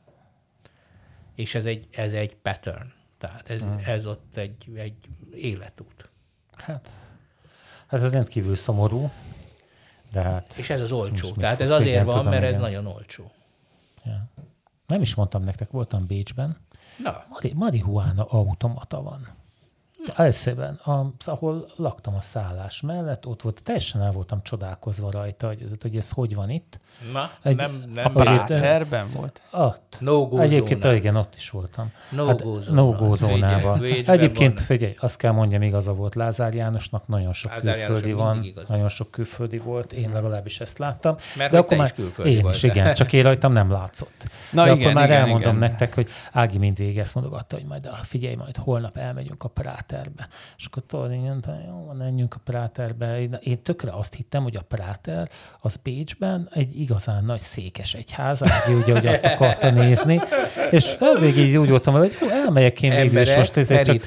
És ez egy pattern. Tehát ez ott egy életút. Hát ez rendkívül szomorú, de hát... És ez az olcsó. Tehát ez azért van, mert ez nagyon olcsó. Ja. Nem is mondtam nektek, voltam Bécsben. Marihuána automata van. Elszében, ahol laktam a szállás mellett, ott volt, teljesen el voltam csodálkozva rajta, hogy ez hogy van itt. Na, nem a Práterben volt? Ott. No-go egyébként zóna. Igen, ott is voltam. No-go zónával. Egyébként figyelj, azt kell mondjam, igaza volt Lázár Jánosnak, nagyon sok külföldi van, nagyon sok külföldi volt, én legalábbis ezt láttam. Mert de akkor már én is, igen, csak én rajtam nem látszott. Na de igen, akkor már igen, elmondom igen. nektek, hogy Ági mindvégig ezt mondogatta, hogy majd figyelj, majd holnap elmegyünk a Práterbe. És akkor tudod, én mondtam, jó, menjünk a Práterbe. Én tökre azt hittem, hogy a Práter az Bécsben egy igazán nagy székes egyház, Ági ugye, hogy azt akarta nézni. És végig úgy voltam, hogy elmegyek én végül is most.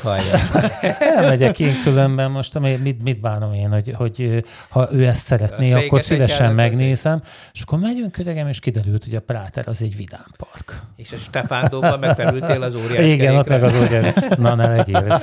Elmegyek én különben most, mit bánom én, hogy ha ő ezt szeretné, akkor szívesen megnézem. És akkor megyünk öregem, és kiderült, hogy a Práter az egy vidámpark. És a Stefándóban megfelültél az óriás igen, ott meg az óriás. Na, ne legyél.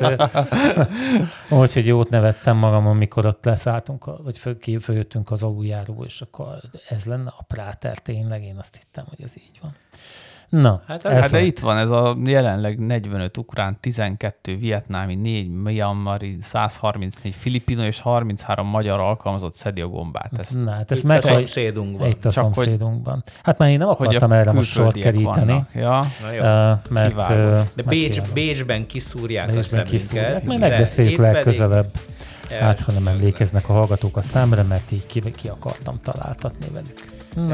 Úgyhogy jót nevettem magamon, mikor ott leszálltunk, vagy följöttünk az aluljáróból, és akkor ez lenne a Práter tényleg. Én azt hittem, hogy ez így van. Na, de itt van ez a jelenleg 45 ukrán, 12 vietnámi, 4 myanmari, 134 filipino és 33 magyar alkalmazott szedi a gombát. Itt a szomszédunkban. Itt a szomszédunkban. Hát már én nem akartam erre most sort keríteni. Ja. Mert de Bécsben kiszúrják a szemünket. Majd megbeszéljük legközelebb. Hát, ha nem emlékeznek a hallgatók a számra, mert így ki akartam találtatni velük.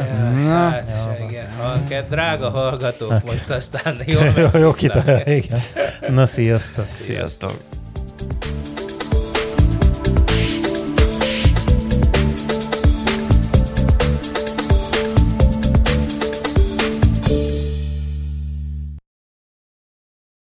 Igen. Drága hallgatók, most aztán jó, igen. Na, sziasztok! Sziasztok!